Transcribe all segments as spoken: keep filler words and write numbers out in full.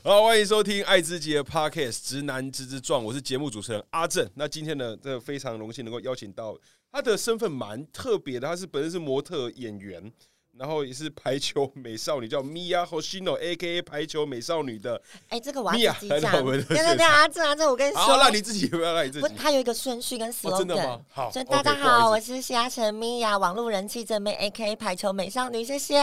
好，欢迎收听爱之杰的 Podcast《直男之之壮》，我是节目主持人阿正。那今天呢，这个非常荣幸能够邀请到他的身份蛮特别的，他是本身是模特演员，然后也是排球美少女，叫 Miya Hoshino，A K A 排球美少女的。 哎、欸，这个我要自己讲。 对对对对，阿正阿正，我跟你说， 好，让你自己，不要让你自己。 他有一个顺序跟 slogan、哦。 真的吗？好， 所以大家好， okay, 我是虾城 Miya， 网络人气正妹 A K A 排球美少女，谢谢。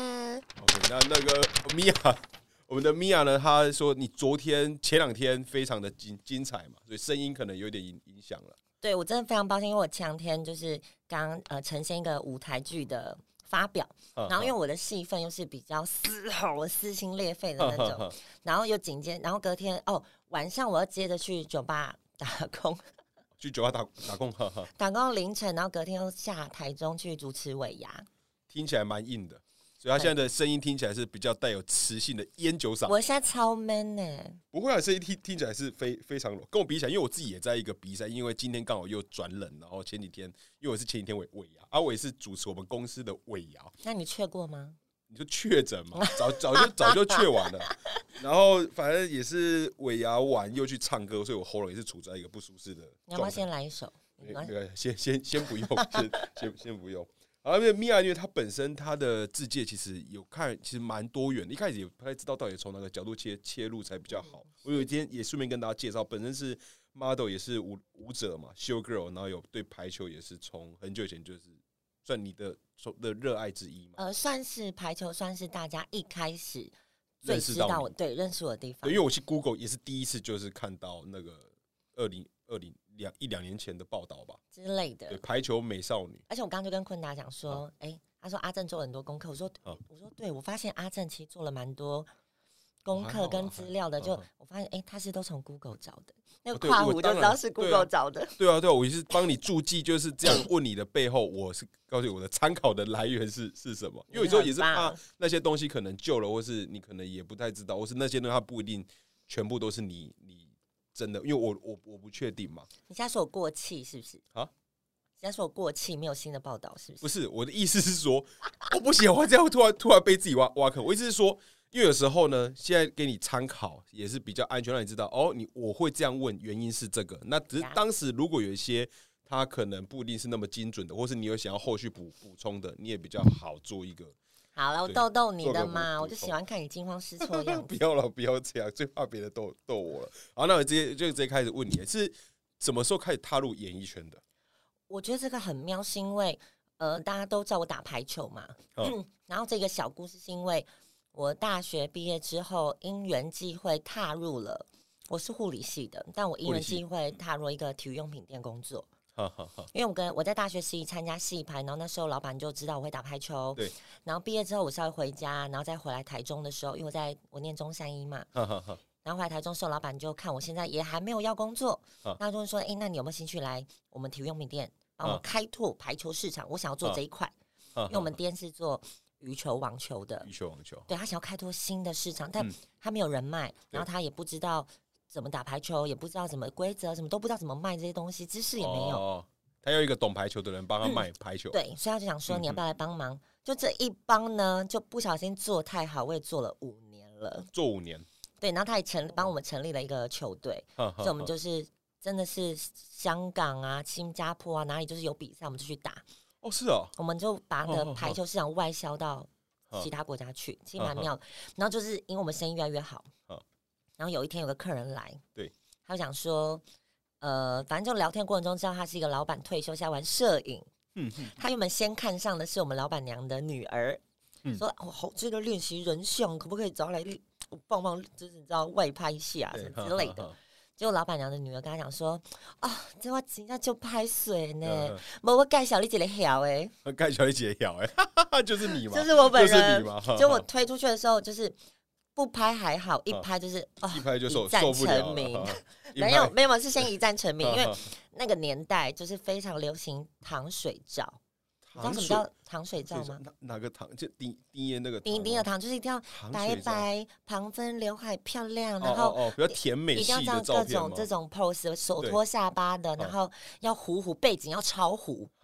OK， 那那个 Miya。我们的 Miya 呢，她说你昨天前两天非常的精精彩嘛，所以声音可能有点影影响了。 对，我真的非常抱歉，因为我前两天就是刚呃呈现一个舞台剧的发表，然后因为我的戏份又是比较嘶吼、撕心裂肺的那种，然后又紧接，然后隔天哦晚上我要接着去酒吧打工， 去酒吧打打工， 打工到凌晨，然后隔天又下台中去主持尾牙， 听起来蛮硬的。所以他现在的声音听起来是比较带有磁性的烟酒嗓。 我现在超 man 呢、欸， 不会啊，声音听听起来是非非常跟我比起来，因为我自己也在一个比赛，因为今天刚好又转冷，然后前几天因为我是前几天尾尾牙，而、啊、我也是主持我们公司的尾牙。 那你确过吗？ 你就确诊嘛，早早就早就确完了。然后反正也是尾牙完又去唱歌，所以我喉咙也是处在一个不舒适的状态。 你要不要先来一首？ 那个先先先不用，先先先不用。然后因为 Miya， 因为她本身她的自介其实有看，其实蛮多元的。一开始也不太知道到底从哪个角度切切入才比较好。我有一天也顺便跟大家介绍，本身是 model， 也是舞舞者嘛 ，show girl， 然后有对排球也是从很久以前就是算你的的热爱之一嘛。 呃，算是排球，算是大家一开始最知道我对认识我的地方。 对，因为我去 Google 也是第一次就是看到那个二零二零。两一两年前的报道吧之类的， 对排球美少女。 而且我刚刚就跟坤达讲说，哎、啊欸，他说阿正做了很多功课，我说，啊、我说对，我发现阿正其实做了蛮多功课跟资料的，就我发现，哎、欸，他是都从 Google 找的，那个跨湖就知道是 Google 找的。 对啊，对啊，我是帮你注记，就是这样问你的背后，我是告诉你我的参考的来源是是什么，因为有时候也是怕那些东西可能旧了，或是你可能也不太知道，或是那些东西它不一定全部都是你你。真的，因为我我我不确定嘛。 你现在说我过气是不是？啊？你现在说我过气，没有新的报道是不是？ 不是，我的意思是说，我不行，我这样突然突然被自己挖挖坑。我意思是说，因为有时候呢，现在给你参考也是比较安全，让你知道哦，你我会这样问，原因是这个。那只是当时如果有一些他可能不一定是那么精准的，或是你有想要后续补补充的，你也比较好做一个。 好了，我逗逗你的嘛，我就喜欢看你惊慌失措的样子。 不要了，不要这样，最怕别人逗逗我了。好，那我直接就直接开始问你，是什么时候开始踏入演艺圈的？ 我觉得这个很妙，是因为呃，大家都知道我打排球嘛，嗯、然后这个小故事是因为我大学毕业之后，因缘际会踏入了，我是护理系的，但我因缘际会踏入一个体育用品店工作。因为我跟我在大学时期参加系排，然后那时候老板就知道我会打排球，对。然后毕业之后我稍微回家，然后再回来台中的时候，因为我在我念中山医嘛，然后回来台中的时候，老板就看我现在也还没有要工作，那就说，哎、欸，那你有没有兴趣来我们体育用品店帮我开拓排球市场？我想要做这一块，因为我们店是做羽球、网球的， 羽球、网球， 对他想要开拓新的市场，但他没有人脉，然后他也不知道。怎么打排球，也不知道怎么规则，什么都不知道怎么卖这些东西，知识也没有。 哦、他要一个懂排球的人帮他卖排球、嗯。 对，所以他就想说，你要不要来帮忙？嗯、就这一帮呢，就不小心做太好，我也做了五年了。 做五年。 对，然后他也成帮我们成立了一个球队，所以我们就是真的是香港啊、新加坡啊哪里就是有比赛，我们就去打。 哦，是哦。 我们就把那个排球市场外销到其他国家去，其实蛮妙的。然后就是因为我们生意越来越好。然后有一天有个客人来，对，他就想说，呃，反正就聊天过程中知道他是一个老板退休，现在玩摄影。嗯，他原本先看上的是我们老板娘的女儿，嗯、说哦，好，这个练习人像，可不可以找来帮忙，就是你知道外拍一下什么之类的。结果老板娘的女儿跟他讲说，啊、哦，这我真的就拍水呢，没我介绍你一个晓诶， 介绍你一个晓诶，就是你嘛， 就是我本人， 就就我推出去的时候就是。不拍还好，一拍就是、 啊哦、一拍就受一战成名。没有没有，是先一战成名，因为那个年代就是非常流行糖水照。你知道什么叫糖水照吗？ 哪, 哪个糖？就低低烟那个低低的糖，就是一定要白白、旁分、刘海漂亮，然后哦哦哦比较甜美系的照片，一定要各种这种 pose， 手托下巴的，然后要糊糊，背景要超糊。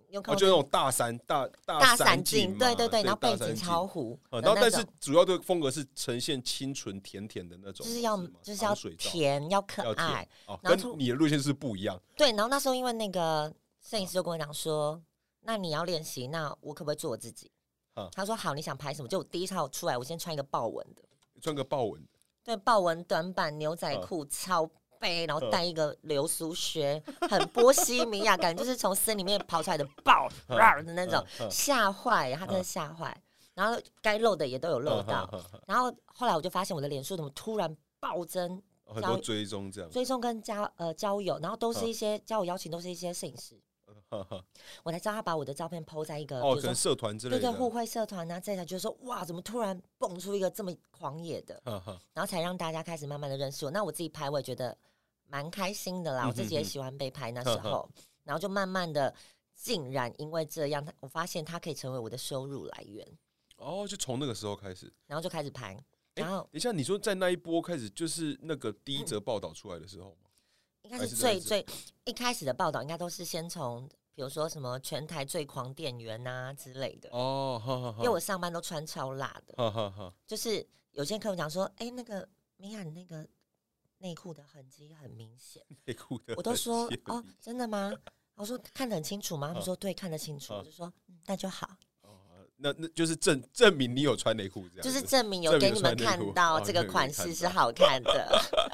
有可能就那种大伞大大伞镜，对对对，然后背景超糊， 然后但是主要的风格是呈现清纯甜甜的那种， 就是要就是要甜要可爱， 跟你的路线是不一样。 对，然后那时候因为那个摄影师就跟我讲说，那你要练习，那我可不可以做我自己？他说好，你想拍什么？就我第一套出来，我先穿一个豹纹的， 穿个豹纹的， 对，豹纹短版牛仔裤，超背，然后带一个流苏靴，很波西米亚感，就是从森里面跑出来的豹的那种，吓坏，他真的吓坏。然后该露的也都有露到，然后后来我就发现我的脸书怎么突然暴增， 很多追踪这样， 追踪跟交呃交友，然后都是一些交友邀请，都是一些摄影师。我才知道他把我的照片 po 在一个哦，可能社团之类的， 对对，互惠社团啊，这才觉得说哇，怎么突然蹦出一个这么狂野的，然后才让大家开始慢慢的认识我。那我自己拍，我也觉得蛮开心的啦，我自己也喜欢被拍那时候，然后就慢慢的，竟然因为这样，我发现它可以成为我的收入来源。 哦，就从那个时候开始， 然后就开始拍。然后等一下，你说在那一波开始，就是那个第一则报道出来的时候吗？ 应该是最最一开始的报道，应该都是先从。比如说什么全台最狂店员啊之类的哦，呵呵呵， 因为我上班都穿超辣的， 呵呵呵， 就是有些客户讲说，哎、欸，那个米娅那个内裤的痕迹很明显， 内裤的， 我都说哦，真的吗？我说看得很清楚吗？他们说对，看得清楚，我就说嗯，那就好。 那那就是证证明你有穿内裤，这样就是证明有给你们看到这个款式是好看的。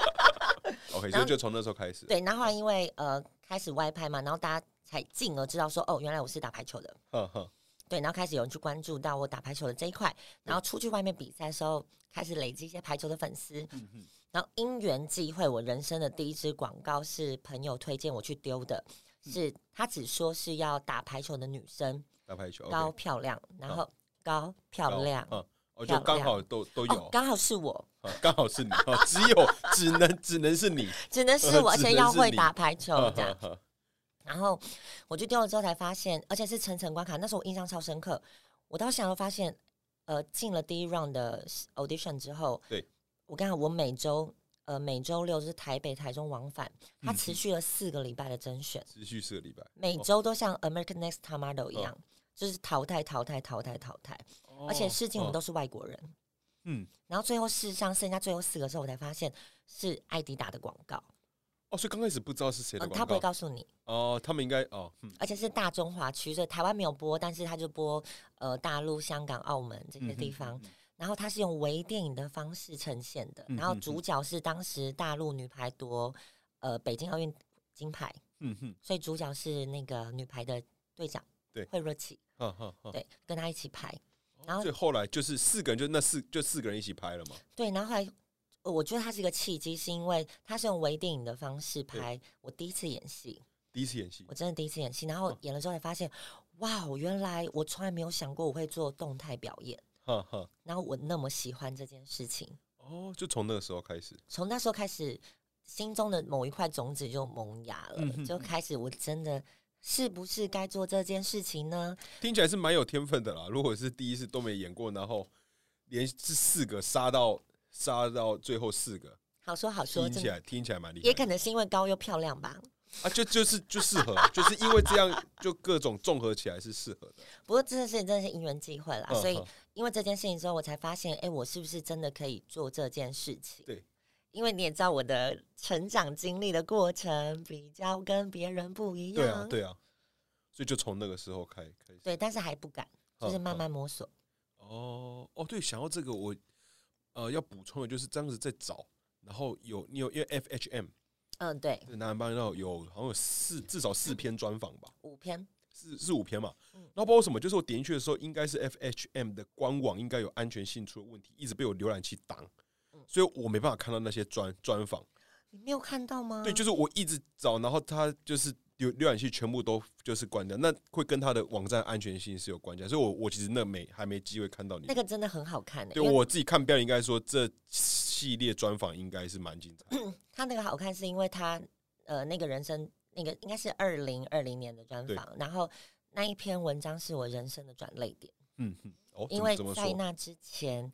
OK， 所以就从那时候开始。 对，然后后来因为呃开始外拍嘛，然后大家才进而知道说哦，原来我是打排球的。 呵呵， 对，然后开始有人去关注到我打排球的这一块，然后出去外面比赛的时候，开始累积一些排球的粉丝。嗯嗯，然后因缘际会，我人生的第一支广告是朋友推荐我去丢的，是他只说是要打排球的女生。 打排球高漂亮，然后高漂亮， 嗯，我就刚好都都有， 刚好是我， 刚好是你，只有只能只能是你， 只能是我，而且要会打排球这样。然后我就丢了之后才发现，而且是层层关卡，那时候我印象超深刻。我到现在都发现，呃，进了第一 round 的 audition 之后， 对我刚好我每周呃每周六就是台北、台中往返，它持续了四个礼拜的甄选， 持续四个礼拜， 每周都像 American Next Top Model 一样。哦，就是淘汰、淘汰、淘汰、淘汰，哦，而且试镜我们都是外国人，嗯，然后最后事实上剩下最后四个时候，我才发现是艾迪达的广告。 哦，所以刚开始不知道是谁的广告， 嗯，他不会告诉你。 哦，他们应该哦，嗯， 而且是大中华区，所以台湾没有播，但是他就播呃大陆、香港、澳门这些地方。嗯嗯嗯，然后他是用微电影的方式呈现的，嗯嗯嗯，然后主角是当时大陆女排夺呃北京奥运金牌，嗯嗯，所以主角是那个女排的队长， 对， 惠若琪。 呵呵呵， 对，跟他一起拍，然后所以后来就是四个人，就那四就四个人一起拍了嘛。 对，然后后来我觉得他是一个契机，是因为他是用微电影的方式拍我第一次演戏， 第一次演戏， 我真的第一次演戏，然后演了之后才发现，哇，原来我从来没有想过我会做动态表演，呵呵，然后我那么喜欢这件事情。 哦，就从那个时候开始， 从那时候开始，心中的某一块种子就萌芽了，嗯，就开始我真的。是不是该做这件事情呢？ 听起来是蛮有天分的啦。如果是第一次都没演过，然后连是四个杀到杀到最后四个， 好说好说， 听起来听起来蛮厉害。 也可能是因为高又漂亮吧。 啊，就就是就适合，就是因为这样，就各种综合起来是适合的。 不过这件事情真的是因缘际会啦，嗯，所以因为这件事情之后，我才发现，哎，欸，我是不是真的可以做这件事情？ 对。 因为你也知道我的成长经历的过程比较跟别人不一样， 对啊，对啊，所以就从那个时候开开始， 对，但是还不敢，就是慢慢摸索。 哦哦，对，想到这个我呃要补充的就是当时在找，然后有你有因为 F H M， 嗯，对， 南南帮要有好像有四至少四篇专访吧， 五篇， 是是五篇嘛，嗯，然后包括什么，就是我点进去的时候，应该是 F H M 的官网应该有安全性出了问题，一直被我浏览器挡。所以我没办法看到那些专专访， 你没有看到吗？ 对，就是我一直找，然后他就是浏浏览器全部都就是关掉，那会跟他的网站安全性是有关系，所以我我其实那没还没机会看到你那个真的很好看的， 对我自己看标题应该说这系列专访应该是蛮精彩的。 他那个好看是因为他呃那个人生那个应该是二零二零年的专访，然后那一篇文章是我人生的转捩点，嗯哼，哦，因为在那之前。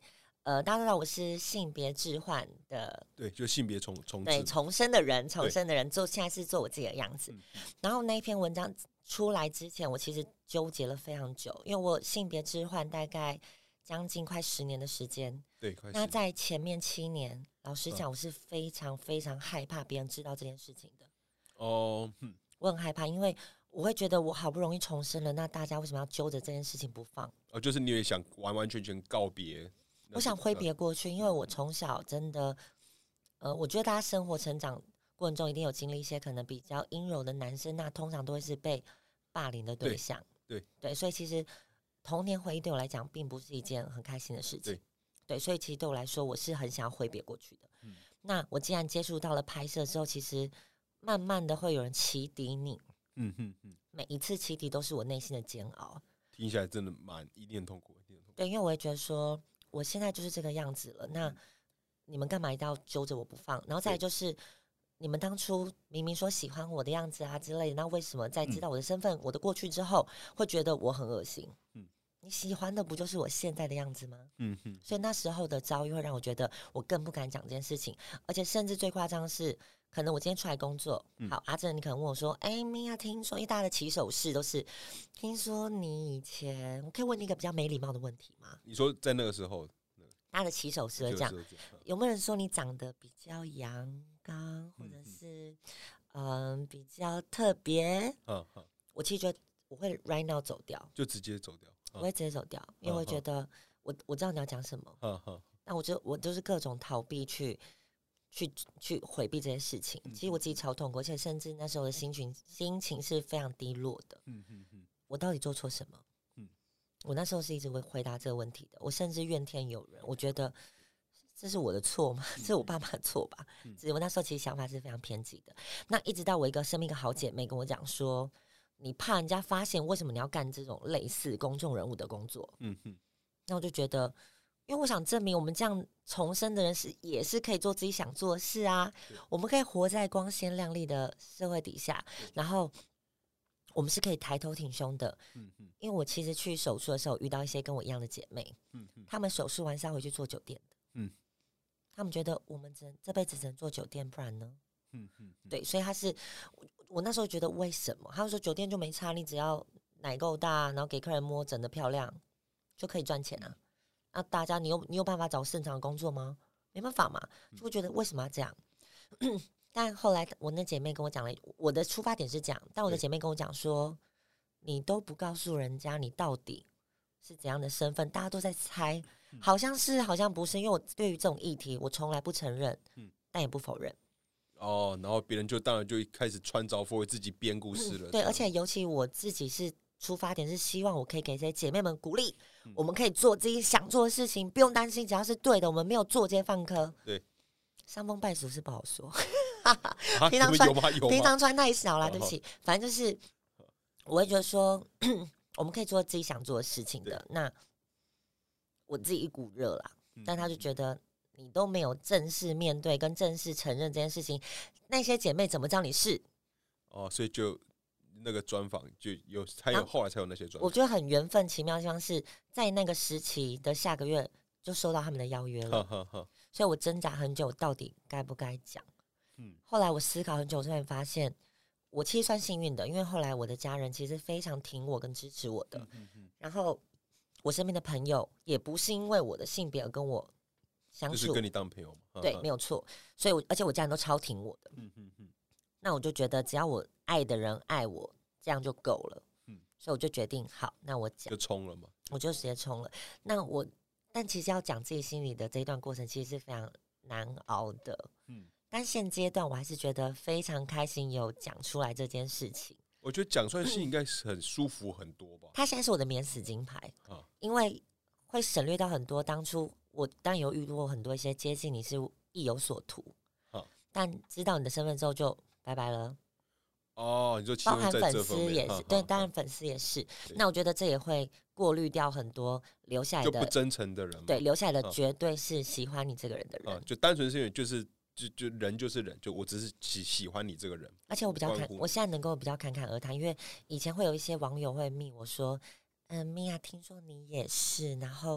呃，大家都知道我是性别置换的， 对，就性别重重对重生的人，重生的人做现在是做我自己的样子。嗯、然后那一篇文章出来之前，我其实纠结了非常久，因为我性别置换大概将近快十年的时间。 对，快那在前面七年，老实讲，我是非常非常害怕别人知道这件事情的。 哦，嗯， 我很害怕，因为我会觉得我好不容易重生了，那大家为什么要揪着这件事情不放？ 哦，就是你也想完完全全告别。 我想挥别过去，因为我从小真的，呃，我觉得大家生活成长过程中一定有经历一些可能比较阴柔的男生，那通常都会是被霸凌的对象。 对 对, 对，所以其实童年回忆对我来讲，并不是一件很开心的事情。对, 对，所以其实对我来说，我是很想要挥别过去的。嗯、那我既然接触到了拍摄之后，其实慢慢的会有人起底你。嗯哼哼，每一次起底都是我内心的煎熬。 听起来真的蛮一定很痛苦，一定很痛苦。 对，因为我也觉得说。我现在就是这个样子了，那你们干嘛一定要揪着我不放？然后再来就是你们当初明明说喜欢我的样子啊之类的，那为什么在知道我的身份、嗯、我的过去之后，会觉得我很恶心？嗯，你喜欢的不就是我现在的样子吗？嗯哼，所以那时候的遭遇会让我觉得我更不敢讲这件事情，而且甚至最夸张的是，可能我今天出来工作，嗯、好，阿正你可能问我说：“哎，米娅，听说，因为大家的起手式都是，听说你以前，我可以问你一个比较没礼貌的问题吗？” 你说在那个时候， 大家的起手式这样，有没有人说你长得比较阳刚，或者是嗯、呃、比较特别？嗯嗯，我其实觉得我会 right now 走掉， 就直接走掉， 我会直接走掉，因为我觉得我我知道你要讲什么，嗯嗯，那我就我就是各种逃避去。去去回避这些事情，其实我自己超痛苦，而且甚至那时候的心情心情是非常低落的。嗯嗯嗯，我到底做错什么？嗯，我那时候是一直会回答这个问题的。我甚至怨天尤人，我觉得这是我的错吗？这是我爸妈的错吧？嗯，我那时候其实想法是非常偏激的。那一直到我一个身边一个好姐妹跟我讲说，你怕人家发现，为什么你要干这种类似公众人物的工作？嗯哼，那我就觉得。因为我想证明，我们这样重生的人是也是可以做自己想做的事啊。我们可以活在光鲜亮丽的社会底下，然后我们是可以抬头挺胸的。嗯嗯。因为我其实去手术的时候遇到一些跟我一样的姐妹，嗯嗯，她们手术完是要回去做酒店的，嗯，她们觉得我们只能这辈子只能做酒店，不然呢？嗯嗯。对，所以她是我，我那时候觉得为什么？她说酒店就没差，你只要奶够大，然后给客人摸整得漂亮，就可以赚钱啊。那、啊、大家，你有你有办法找正常的工作吗？没办法嘛，就会觉得为什么要这样？嗯、但后来我那姐妹跟我讲了，我的出发点是这样，但我的姐妹跟我讲说，你都不告诉人家你到底是怎样的身份，大家都在猜，好像是，好像不是，因为我对于这种议题，我从来不承认，嗯，但也不否认。 哦，然后别人就当然就开始穿凿附会，自己编故事了、嗯。 对，而且尤其我自己是。出发点是希望我可以给这些姐妹们鼓励、嗯，我们可以做自己想做的事情，不用担心，只要是对的，我们没有作奸犯科。 对， 伤风败俗是不好说。 啊、 平常穿有吗有吗平常穿太少了，对不起。反正就是我会觉得说，我们可以做自己想做的事情的。那我自己一股热啦、嗯，但他就觉得你都没有正式面对跟正式承认这件事情，那些姐妹怎么知道你是？ 哦，所以就。那个专访就有，才有后来才有那些专访。 我觉得很缘分奇妙的地方是在那个时期的下个月就收到他们的邀约了，呵呵呵，所以我挣扎很久，到底该不该讲。嗯，后来我思考很久，突然发现我其实算幸运的，因为后来我的家人其实非常挺我跟支持我的，嗯嗯嗯，然后我身边的朋友也不是因为我的性别而跟我相处， 就是跟你当朋友嘛，呵呵， 对，没有错。所以我，而且我家人都超挺我的，嗯嗯嗯。那我就觉得只要我爱的人爱我，这样就够了。嗯，所以我就决定好，那我讲就冲了嘛， 我就直接冲了。那我，但其实要讲自己心里的这一段过程，其实是非常难熬的。嗯，但现阶段我还是觉得非常开心，有讲出来这件事情。 我觉得讲出来是应该是很舒服很多吧。 他现在是我的免死金牌啊，因为会省略到很多当初我当然有遇过很多一些接近你是意有所图啊，但知道你的身份之后就。拜拜了哦，你说包含粉丝也是，对，当然粉丝也是。那我觉得这也会过滤掉很多留下来的就不真诚的人嘛， 对，留下来的绝对是喜欢你这个人的人， 啊、就单纯是因为就是就就人就是人，就我只是喜喜欢你这个人。 而且我比较侃，我现在能够比较侃侃而谈，因为以前会有一些网友会密我说，嗯，米娅，听说你也是，然后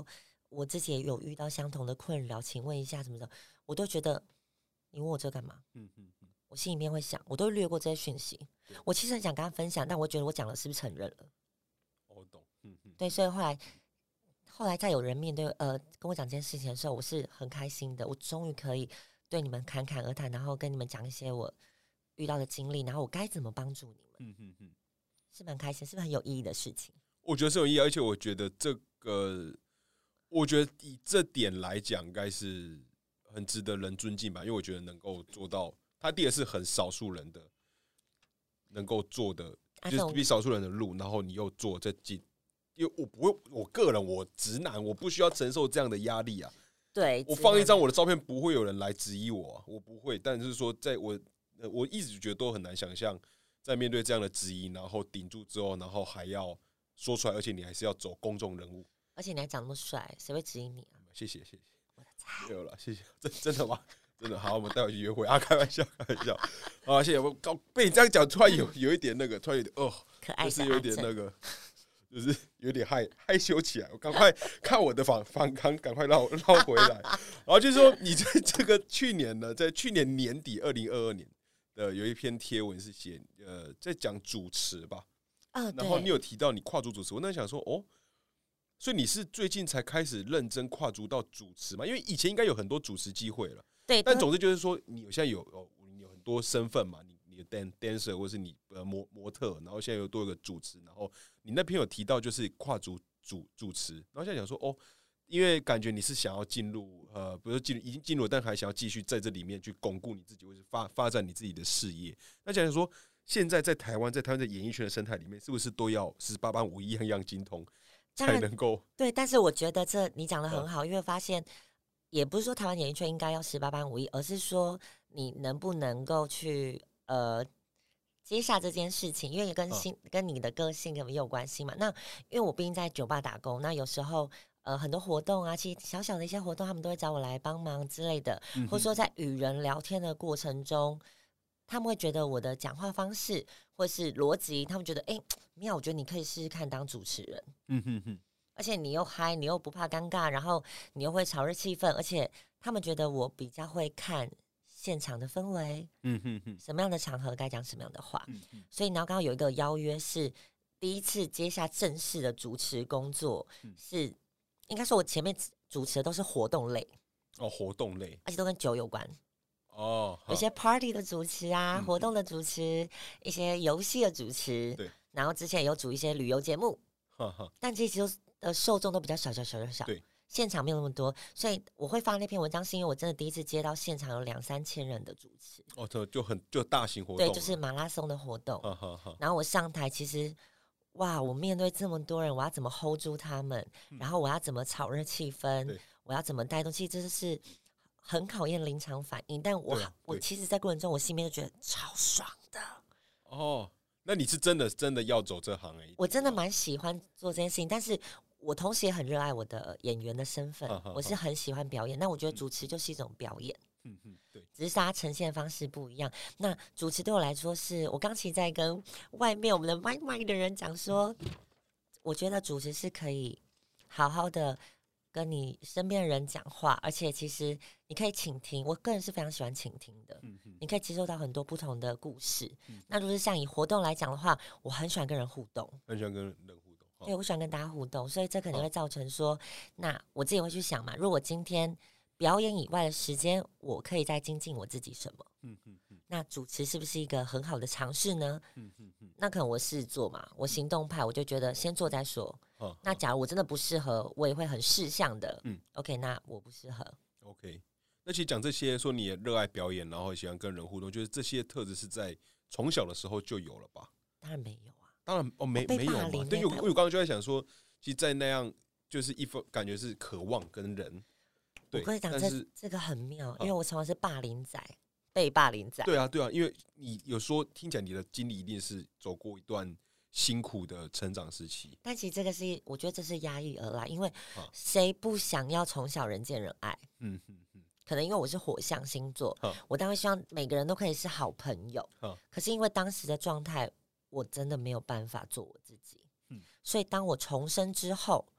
我自己也有遇到相同的困扰，请问一下什么的，我都觉得你问我这干嘛？嗯嗯嗯，我心里面会想，我都略过这些讯息。我其实很想跟他分享，但我觉得我讲了是不是承认了？ 我懂，嗯嗯， 对，所以后来后来再有人面对呃跟我讲这件事情的时候，我是很开心的，我终于可以对你们侃侃而谈，然后跟你们讲一些我遇到的经历，然后我该怎么帮助你们。嗯嗯嗯，是蛮开心，是不是很有意义的事情？ 我觉得是有意义，而且我觉得这个，我觉得以这点来讲，应该是很值得人尊敬吧。因为我觉得能够做到，他第二是很少数人的能够做的，就是比少数人的路，然后你又做这几，因为我不会，我个人我直男，我不需要承受这样的压力啊。 对， 我放一张我的照片，不会有人来质疑我、啊，我不会。但是说，在我我一直觉得都很难想象，在面对这样的质疑，然后顶住之后，然后还要说出来，而且你还是要走公众人物， 而且你还长那么帅，谁会质疑你啊？ 谢谢谢谢，我的菜没有了，谢谢，真真的吗？真的好，我们待会去约会啊！开玩笑，开玩笑啊！谢谢我，被你这样讲，突然有有一点那个，突然有点哦， 可爱的就是有点那个，就是有点害害羞起来。我赶快看我的反反抗，赶快绕绕回来。然后就是说，你在这个去年呢，在去年年底二零二二年的有一篇贴文是写呃，在讲主持吧。 哦， 然后你有提到你跨足主持，我那想说哦。所以你是最近才开始认真跨足到主持吗？因为以前应该有很多主持机会了， 对。 但总之就是说，你现在有有你有很多身份嘛，你你的 dancer 或是你呃模模特，然后现在又多一个主持，然后你那篇有提到就是跨足主主持，然后现在讲说哦，因为感觉你是想要进入呃，不是进入已经进入了，但还想要继续在这里面去巩固你自己，或是发发展你自己的事业。那讲说现在在台湾，在台湾的演艺圈的生态里面，是不是都要十八般武艺样样精通？才能够对，但是我觉得这你讲的很好，因为发现也不是说台湾演艺圈应该要十八般武艺，而是说你能不能够去呃接下这件事情，因为跟性、嗯、跟你的个性也有关系嘛。那因为我毕竟在酒吧打工，那有时候呃很多活动啊，其实小小的一些活动，他们都会找我来帮忙之类的，嗯、或者说在与人聊天的过程中。他们会觉得我的讲话方式或是逻辑，他们觉得哎，米娅，我觉得你可以试试看当主持人。嗯哼哼，而且你又嗨，你又不怕尴尬，然后你又会炒热气氛，而且他们觉得我比较会看现场的氛围。嗯哼哼，什么样的场合该讲什么样的话。嗯哼，所以然后刚刚有一个邀约是第一次接下正式的主持工作，嗯、是应该说我前面主持的都是活动类。 哦，活动类， 而且都跟酒有关。 哦， 有些 party 的主持啊，嗯、活动的主持，一些游戏的主持，对。然后之前也有主一些旅游节目，哈哈。但这些的受众都比较小，小，小，小，小，对。现场没有那么多，所以我会发那篇文章，是因为我真的第一次接到现场有两三千人的主持。 哦，就很就大型活动， 对，就是马拉松的活动。哈哈哈。然后我上台，其实哇，我面对这么多人，我要怎么 hold 住他们？嗯、然后我要怎么炒热气氛？我要怎么带动？其实这是。很考验临场反应，但我、啊、我其实，在过程中，我心里面就觉得超爽的。 哦，那你是真的真的要走这行哎、欸？ 我真的蛮喜欢做这件事情，但是我同时也很热爱我的演员的身份，啊、我是很喜欢表演。那我觉得主持就是一种表演，嗯嗯，对，只是它呈现方式不一样。那主持对我来说是，我刚其实在跟外面我们的麦麦的人讲说，我觉得主持是可以好好的。跟你身边的人讲话，而且其实你可以倾听。我个人是非常喜欢倾听的，嗯、你可以接受到很多不同的故事。嗯、那如果是像以活动来讲的话，我很喜欢跟人互动， 很喜欢跟人互动。 对，我喜欢跟大家互动，所以这可能会造成说，那我自己会去想嘛，如果今天表演以外的时间，我可以再精进我自己什么？嗯嗯嗯、那主持是不是一个很好的尝试呢？嗯嗯嗯、那可能我试做嘛，我行动派，我就觉得先做再说。哦、那假如我真的不适合，我也会很识相的。嗯 ，OK， 那我不适合。 OK， 那其实讲这些，说你也热爱表演，然后喜欢跟人互动，就是这些特质是在从小的时候就有了吧？ 当然没有啊， 当然哦，没没有嘛。对，因为我刚刚就在想说，其实，在那样就是一份感觉是渴望跟人。 我跟你讲，这这个很妙，因为我从来是霸凌仔，被霸凌仔。 对啊，对啊，因为你有说听起来你的经历一定是走过一段。辛苦的成长时期， 但其实这个是我觉得这是压抑而来，因为谁不想要从小人见人爱？嗯嗯嗯，可能因为我是火象星座，我当然希望每个人都可以是好朋友。可是因为当时的状态，我真的没有办法做我自己。嗯，所以当我重生之后，我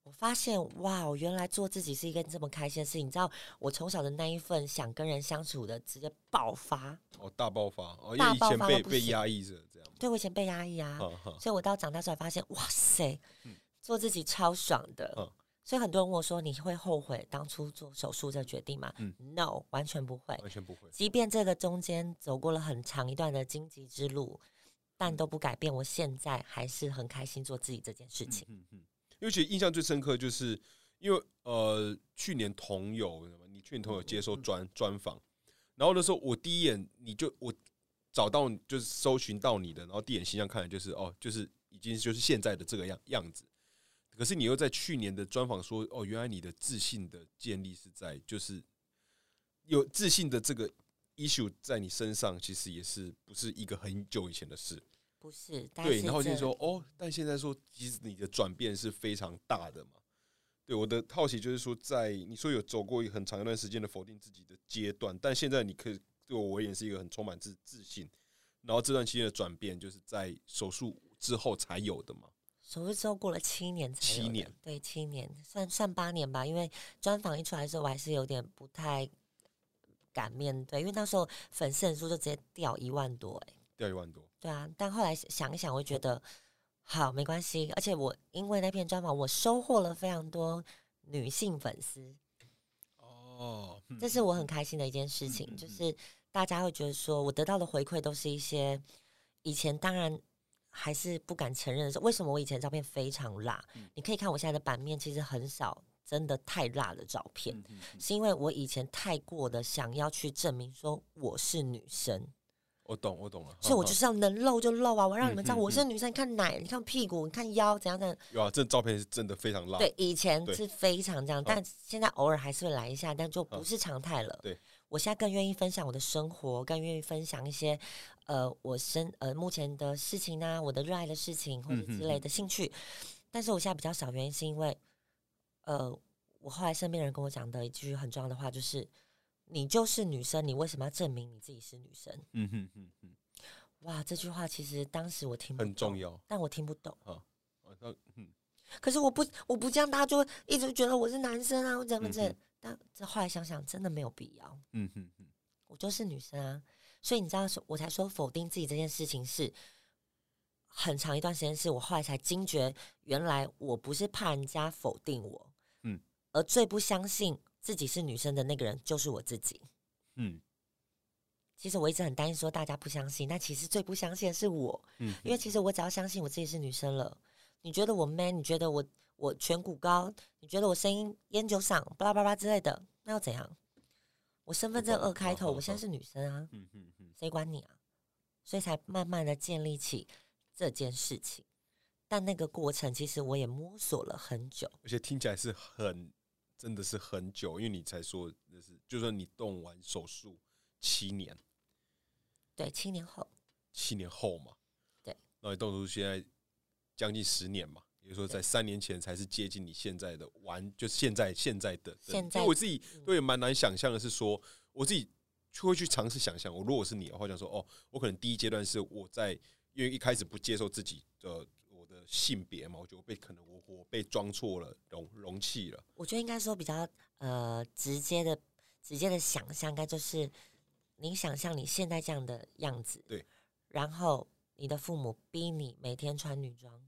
我发现哇，原来做自己是一件这么开心的事情。你知道，我从小的那一份想跟人相处的直接爆发， 哦，大爆发哦，因为以前被被压抑着这样。 对，我以前被压抑啊， 呵呵所以我到长大之后发现，哇塞， 嗯、 做自己超爽的。 嗯、 所以很多人问我说：“你会后悔当初做手术这个决定吗？”嗯 ，No， 完全不会， 完全不会。 即便这个中间走过了很长一段的荆棘之路，但都不改变我现在还是很开心做自己这件事情。 嗯嗯嗯、因为其实印象最深刻就是。因为呃，去年同友，你去年同友接受专专访，然后那时候我第一眼你就我找到就是搜寻到你的，然后第一眼形象看来就是哦，就是已经就是现在的这个样样子。可是你又在去年的专访说，哦，原来你的自信的建立是在就是有自信的这个 issue 在你身上，其实也是不是一个很久以前的事， 不是？ 对，然后就说哦，但现在说其实你的转变是非常大的嘛。对，我的好奇就是说，在你说有走过一个很长一段时间的否定自己的阶段，但现在你可以对我而言是一个很充满自自信，然后这段期间的转变就是在手术之后才有的嘛。 手术之后过了七年才有的， 七年， 对，七年算算八年吧。因为专访一出来的时候，我还是有点不太敢面对，因为那时候粉丝人数就直接掉一万多、欸，哎， 掉一万多， 对啊。但后来想一想，我觉得。好，没关系。而且我因为那篇专访，我收获了非常多女性粉丝。哦，这是我很开心的一件事情，就是大家会觉得说我得到的回馈都是一些以前当然还是不敢承认的时候。为什么我以前的照片非常辣？你可以看我现在的版面，其实很少真的太辣的照片，是因为我以前太过的想要去证明说我是女生。 我懂，我懂了。 所以我就是要能露就露啊！我让你们知道我是女生，你看奶，你看屁股，你看腰，怎样怎样。 有啊，这照片是真的非常辣。 对，以前是非常这样，但现在偶尔还是会来一下，但就不是常态了。 对， 我现在更愿意分享我的生活，更愿意分享一些呃我生呃目前的事情啊，我的热爱的事情或者之类的兴趣。但是我现在比较少，原因是因为呃，我后来身边人跟我讲的一句很重要的话就是。你就是女生，你为什么要证明你自己是女生？嗯哼哼哼，哇，这句话其实当时我听不懂， 很重要， 但我听不懂。 啊，嗯， 可是我不，我不这样，大家就一直觉得我是男生啊，我怎么怎？但这后来想想，真的没有必要。嗯哼哼，我就是女生啊，所以你知道，我才说否定自己这件事情是很长一段时间，是我后来才惊觉，原来我不是怕人家否定我，嗯，而最不相信。自己是女生的那个人就是我自己。嗯，其实我一直很担心说大家不相信，但其实最不相信的是我。嗯，因为其实我只要相信我自己是女生了，你觉得我 man， 你觉得我我颧骨高，你觉得我声音烟酒嗓，巴拉巴拉之类的，那又怎样？我身份证二开头，我现在是女生啊，嗯嗯嗯，谁管你啊？所以才慢慢的建立起这件事情。但那个过程其实我也摸索了很久， 而且听起来是很。真的是很久，因为你才说，就是就算你动完手术七年， 对，七年后， 七年后嘛， 对， 然后你动手术现在将近十年嘛，也就是说在三年前才是接近你现在的完，就是现在现在的。 现在我自己都也蛮难想象的是说，我自己会去尝试想象，我如果是你的话，讲说哦，我可能第一阶段是我在，因为一开始不接受自己的。的性别嘛，我觉得被可能我我被装错了容容器了。 我觉得应该说比较呃直接的直接的想象，应该就是你想象你现在这样的样子， 对， 然后你的父母逼你每天穿女装，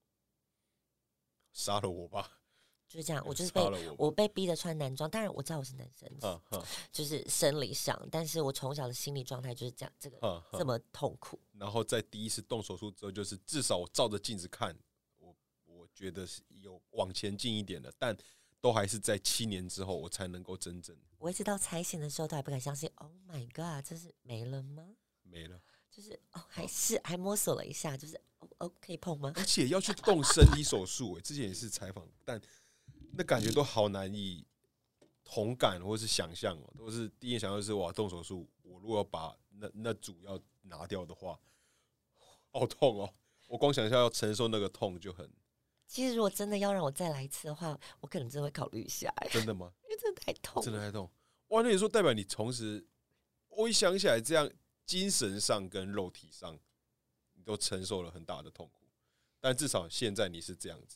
杀了我吧。 就是这样，我就是被 我, 我被逼着穿男装，当然我知道我是男生，啊啊、就是生理上，但是我从小的心理状态就是这样，这个、啊啊、这么痛苦。 然后在第一次动手术之后，就是至少我照着镜子看，我我觉得是有往前进一点的，但都还是在七年之后，我才能够真正。 我一直到拆线的时候都还不敢相信 ，Oh my God， 这是没了吗？ 没了， 就是哦，还是、啊、还摸索了一下，就是哦哦，可以碰吗？ 而且要去动身体手术、欸，之前也是采访，但。那感觉都好难以同感或是想象哦，都是第一想到是哇，动手术，我如果要把那那组要拿掉的话，好痛哦！我光想一下要承受那个痛就很。 其实如果真的要让我再来一次的话，我可能真的会考虑一下。 真的吗？ 因为真的太痛， 真的太痛。哇，那你说代表你同时，我一想起来，这样精神上跟肉体上，你都承受了很大的痛苦，但至少现在你是这样子。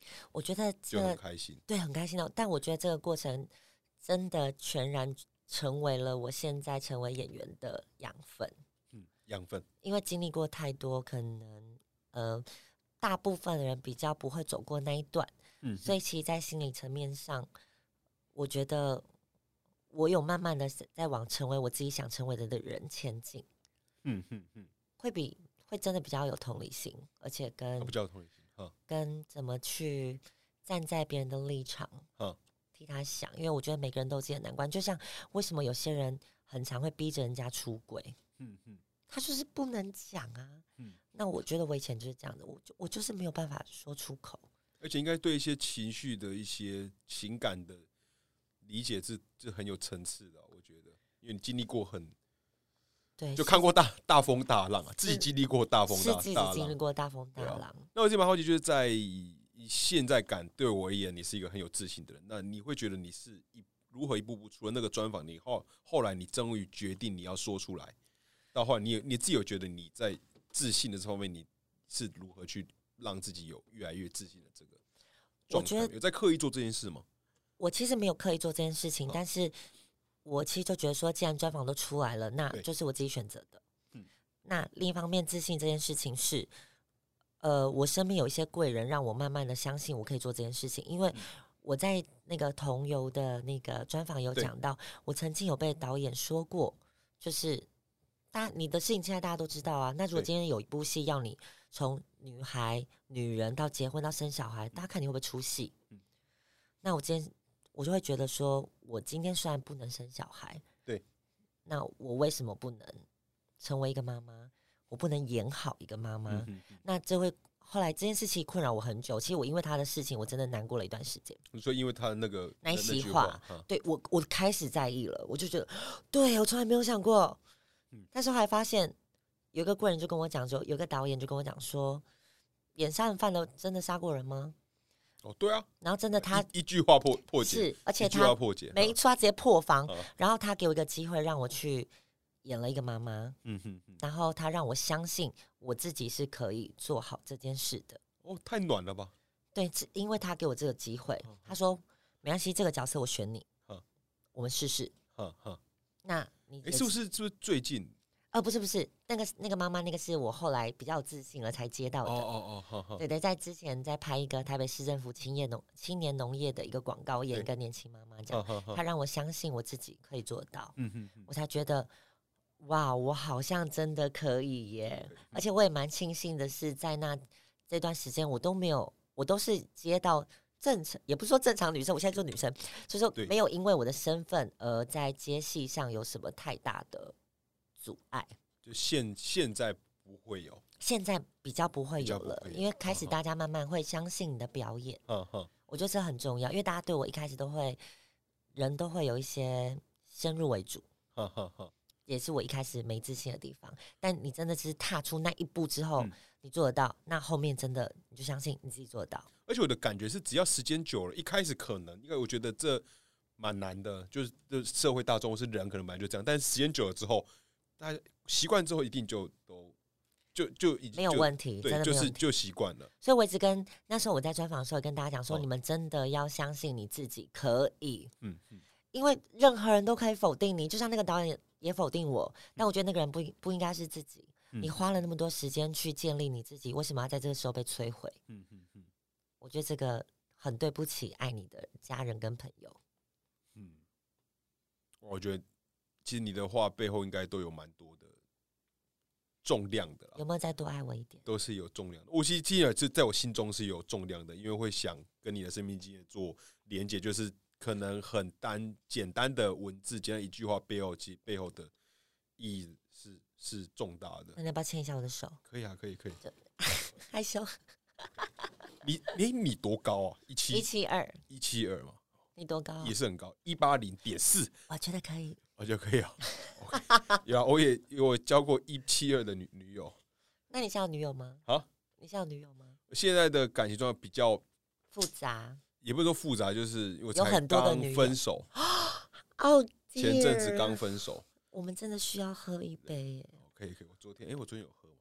我觉得就很开心， 对，很开心的。但我觉得这个过程真的全然成为了我现在成为演员的养分。 嗯，养分， 因为经历过太多，可能呃，大部分的人比较不会走过那一段，嗯，所以其实，在心理层面上，我觉得我有慢慢的在往成为我自己想成为的的人前进。嗯嗯嗯，会比会真的比较有同理心，而且跟比较有同理心， 跟怎么去站在别人的立场，替他想，因为我觉得每个人都有自己的难关，就像为什么有些人很常会逼着人家出轨，嗯嗯，他就是不能讲啊，嗯，那我觉得我以前就是这样的，我就我就是没有办法说出口， 而且应该对一些情绪的一些情感的理解是是很有层次的，我觉得，因为你经历过很。 对， 就看过大大风大浪啊，自己经历过大风大浪， 是自己经历过大风大浪。啊、 那我这蛮好奇，就是在现在感对我而言，你是一个很有自信的人。那你会觉得你是一如何一步步除了那个专访，你后后来你终于决定你要说出来，到后来你你自己有觉得你在自信的这方面，你是如何去让自己有越来越自信的这个状态？有在刻意做这件事吗？ 我其实没有刻意做这件事情，啊、但是。我其实就觉得说，既然专访都出来了，那就是我自己选择的。嗯，那另一方面，自信这件事情是，呃，我身边有一些贵人，让我慢慢的相信我可以做这件事情。因为我在那个同游的那个专访有讲到，我曾经有被导演说过，就是大你的事情现在大家都知道啊。那如果今天有一部戏要你从女孩、女人到结婚到生小孩，大家看你会不会出戏？嗯，那我今天。我就会觉得说，我今天虽然不能生小孩， 对， 那我为什么不能成为一个妈妈？我不能演好一个妈妈？嗯、那这会后来这件事情困扰我很久。其实我因为他的事情，我真的难过了一段时间。 你说因为他的那个那一席话，对我我开始在意了，我就觉得，对我从来没有想过。嗯、但是后来发现，有一个贵人就跟我讲说，有个导演就跟我讲说，演杀人犯的真的杀过人吗？ 哦，对啊， 然后真的他一, 一句话破破解， 是，而且他没错，他直接破防。 啊、 然后他给我一个机会，让我去演了一个妈妈。嗯哼哼，然后他让我相信我自己是可以做好这件事的。 哦，太暖了吧？ 对，因为他给我这个机会，啊、他说没关系，这个角色我选你，啊、我们试试。啊啊、那你哎，是不是是不是最近？ 呃，不是不是，那个那个妈妈，那个是我后来比较有自信了才接到的。哦哦哦，好，对对，在之前在拍一个台北市政府青业农青年农业的一个广告，演一个年轻妈妈，这样，她让我相信我自己可以做到，嗯哼哼，我才觉得，哇，我好像真的可以耶！而且我也蛮庆幸的是，在那这段时间，我都没有，我都是接到正常，也不是说正常女生，我现在做女生，就是没有因为我的身份而在接戏上有什么太大的阻碍， 就现现在不会有， 现在比较不会有了，因为开始大家慢慢会相信你的表演。嗯哼，我觉得这很重要，因为大家对我一开始都会，人都会有一些先入为主。嗯哼哼，也是我一开始没自信的地方。但你真的是踏出那一步之后，嗯、你做得到，那后面真的你就相信你自己做得到。 而且我的感觉是，只要时间久了，一开始可能，因为我觉得这蛮难的，就是社会大众或是人可能本来就这样，但是时间久了之后。大家习惯之后，一定就都就就已经没有问题， 对， 真的就是就习惯了。 所以我一直跟那时候我在专访的时候跟大家讲说，哦、你们真的要相信你自己可以，嗯嗯，因为任何人都可以否定你，就像那个导演也否定我，但我觉得那个人不不应该是自己。嗯、你花了那么多时间去建立你自己，为什么要在这个时候被摧毁？嗯嗯嗯，我觉得这个很对不起爱你的家人跟朋友。 嗯，我觉得。其实你的话背后应该都有蛮多的重量的啦， 有没有再多爱我一点？ 都是有重量的。我其实听了是在我心中是有重量的，因为会想跟你的生命经验做连结，就是可能很单简单的文字，简单一句话背后，其实背后的意义是是重大的。 那你要不要牵一下我的手？ 可以啊，可以可以。 害羞。 你你你多高啊？一七一七二， 一七二嘛。 你多高、啊？ 也是很高，一八零点四。 我觉得可以。 我觉得可以啊。okay, 有啊，我也有交过一七二的女女友。 那你现在有女友吗？ 啊？ 你现在有女友吗？ 现在的感情状况比较复杂， 也不是说复杂，就是我才刚分手。 哦， 前阵子刚分手。 我们真的需要喝一杯耶。 可以可以，我昨天哎、欸，我昨天有喝吗？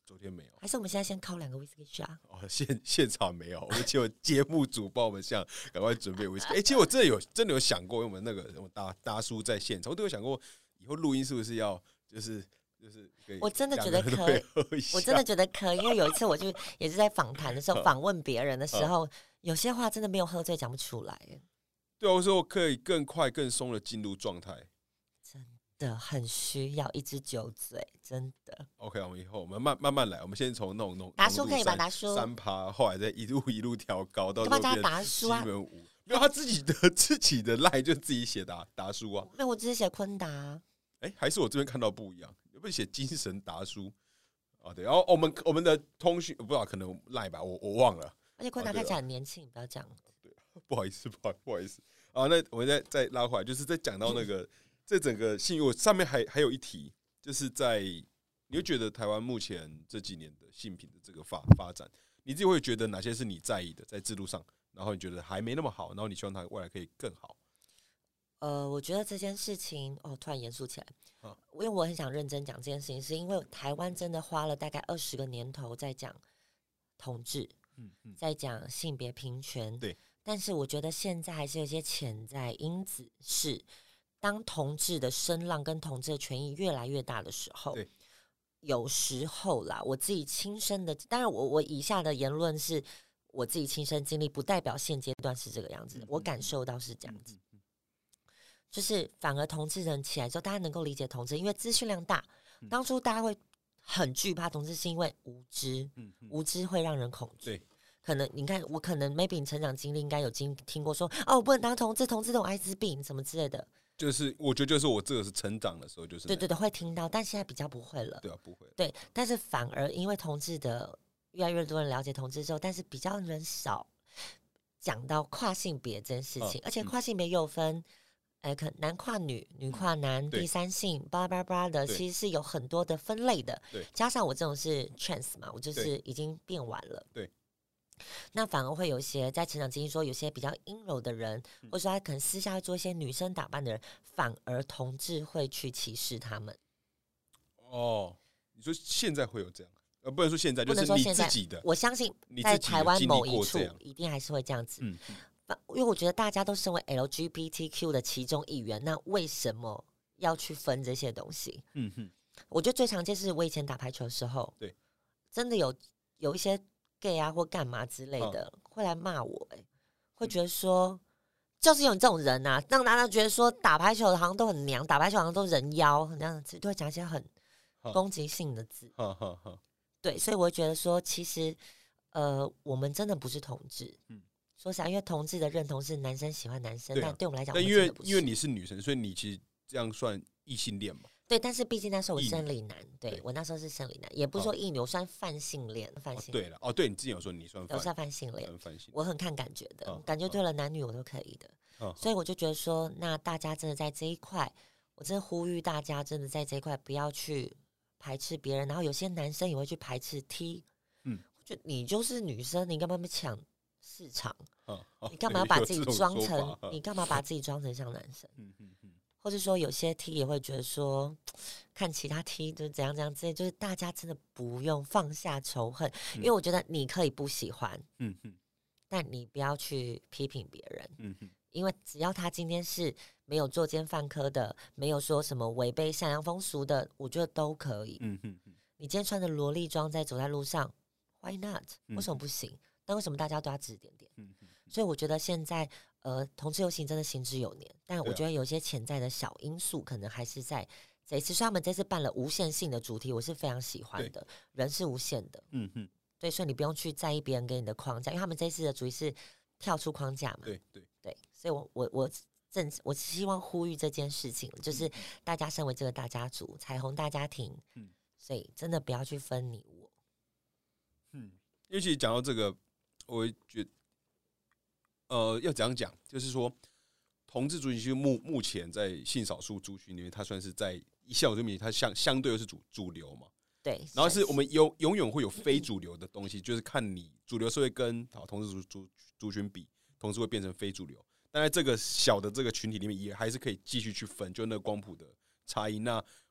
昨天没有， 还是我们现在先靠两个 whisky shot？ 哦，现现场没有，我们只有节目组帮我们像赶快准备 whisky。哎、欸，其实我真的有真的有想过，因为我们那个达达叔在现场，我都有想过以后录音是不是要就是就是可以， 我真的觉得可以，我真的觉得可以，因为有一次我就也是在访谈的时候访问别人的时候，有些话真的没有喝醉讲不出来。 对啊，我说我可以更快更松的进入状态。 真的很需要一支酒嘴，真的。 OK， 我们以后我们慢慢慢来，我们先从那种达叔可以吧？达叔三趴，后来再一路一路调高，到时候变达叔啊。 没有他自己的自己的赖就自己写达达叔啊。 没有，我只是写坤达。 哎、欸，还是我这边看到不一样，有没有写精神达叔啊？对，然后我们我们的通讯不知道可能赖吧，我我忘了。 而且坤达看起来很年轻，不要这样。 对，不好意思，不好不好意思啊。那我们再再拉回来，就是在讲到那个。这整个信誉，我上面还还有一题，就是在你会觉得台湾目前这几年的性平的这个发发展，你自己会觉得哪些是你在意的，在制度上，然后你觉得还没那么好，然后你希望它未来可以更好？ 呃，我觉得这件事情，哦，突然严肃起来，啊，因为我很想认真讲这件事情，是因为台湾真的花了大概二十个年头在讲同志，嗯嗯，在讲性别平权， 对， 但是我觉得现在还是有一些潜在因子是。当同志的声浪跟同志的权益越来越大的时候，有时候啦，我自己亲身的，当然我我以下的言论是我自己亲身经历，不代表现阶段是这个样子，我感受到是这样子，就是反而同志人起来之后，大家能够理解同志，因为资讯量大，当初大家会很惧怕同志，是因为无知，无知会让人恐惧。可能你看，我可能 maybe 你成长经历应该有经听过说，哦，我不能当同志，同志都有艾滋病什么之类的。 就是我觉得，就是我这个是成长的时候，就是对对对，会听到，但现在比较不会了。 对啊，不会。 对，但是反而因为同志的越来越多人了解同志之后，但是比较人少讲到跨性别这件事情，啊、而且跨性别又分，哎、呃，可男跨女、女跨男、第三性，巴拉巴拉巴拉的，其实是有很多的分类的。 对， 加上我这种是 trans 嘛，我就是已经变完了。 对。 那反而会有一些在成长经历说，有些比较阴柔的人，或者说他可能私下会做一些女生打扮的人，反而同志会去歧视他们。 哦，你说现在会有这样，呃，不能说现在，就是你自己的。 我相信在台湾某一处一定还是会这样子。嗯，因为我觉得大家都身为 L G B T Q 的其中一员，那为什么要去分这些东西？嗯哼，我觉得最常见是我以前打排球的时候， 对， 真的有有一些。gay 啊或干嘛之类的、嗯、会来骂我、欸、会觉得说、嗯、就是有你这种人啊，让大家觉得说打排球的好像都很娘，打排球好像都人妖这样子，就会讲一些很攻击性的字、嗯嗯嗯、对，所以我会觉得说其实呃我们真的不是同志、嗯、说实在，因为同志的认同是男生喜欢男生、啊、但对我们来讲， 但因为因为你是女生，所以你其实这样算异性恋嘛。 对，但是毕竟那时候我生理男，对, 对我那时候是生理男，也不是说异女，我算泛性恋，泛性恋。 对了，哦，对你之前有说你算有算泛性恋，我很看感觉的，感觉对了男女我都可以的，所以我就觉得说，那大家真的在这一块，我真的呼吁大家真的在这一块不要去排斥别人，然后有些男生也会去排斥 T， 嗯，就你就是女生，你干嘛抢市场？你干嘛要把自己装成？你干嘛把自己装成像男生？嗯嗯嗯。或是说有些 T 也会觉得说看其他 T 就怎样怎样之类，就是大家真的不用放下仇恨、嗯、因为我觉得你可以不喜欢、嗯、但你不要去批评别人、嗯、因为只要他今天是没有作奸犯科的，没有说什么违背善良风俗的，我觉得都可以、嗯、你今天穿着萝莉装在走在路上 Why not、嗯、为什么不行？但为什么大家都要指指点点、嗯、所以我觉得现在呃，同志游行真的行之有年，但我觉得有一些潜在的小因素，可能还是在这一次。所以他们这次办了无限性的主题，我是非常喜欢的。人是无限的，嗯哼，对，所以你不用去在意别人给你的框架，因为他们这次的主题是跳出框架嘛。 对对对，所以我我我正我希望呼吁这件事情，就是大家身为这个大家族，彩虹大家庭，嗯，所以真的不要去分你我。 嗯，因为其实讲到这个，我觉得。呃，要怎样讲？就是说，同志族群其实目目前在性少数族群里面，它算是在一项这里面，它相相对又是主主流嘛。 对。 然后是我们永永远会有非主流的东西，就是看你主流社会跟好同志族族族群比，同志会变成非主流。但在这个小的这个群体里面，也还是可以继续去分，就那个光谱的差异。那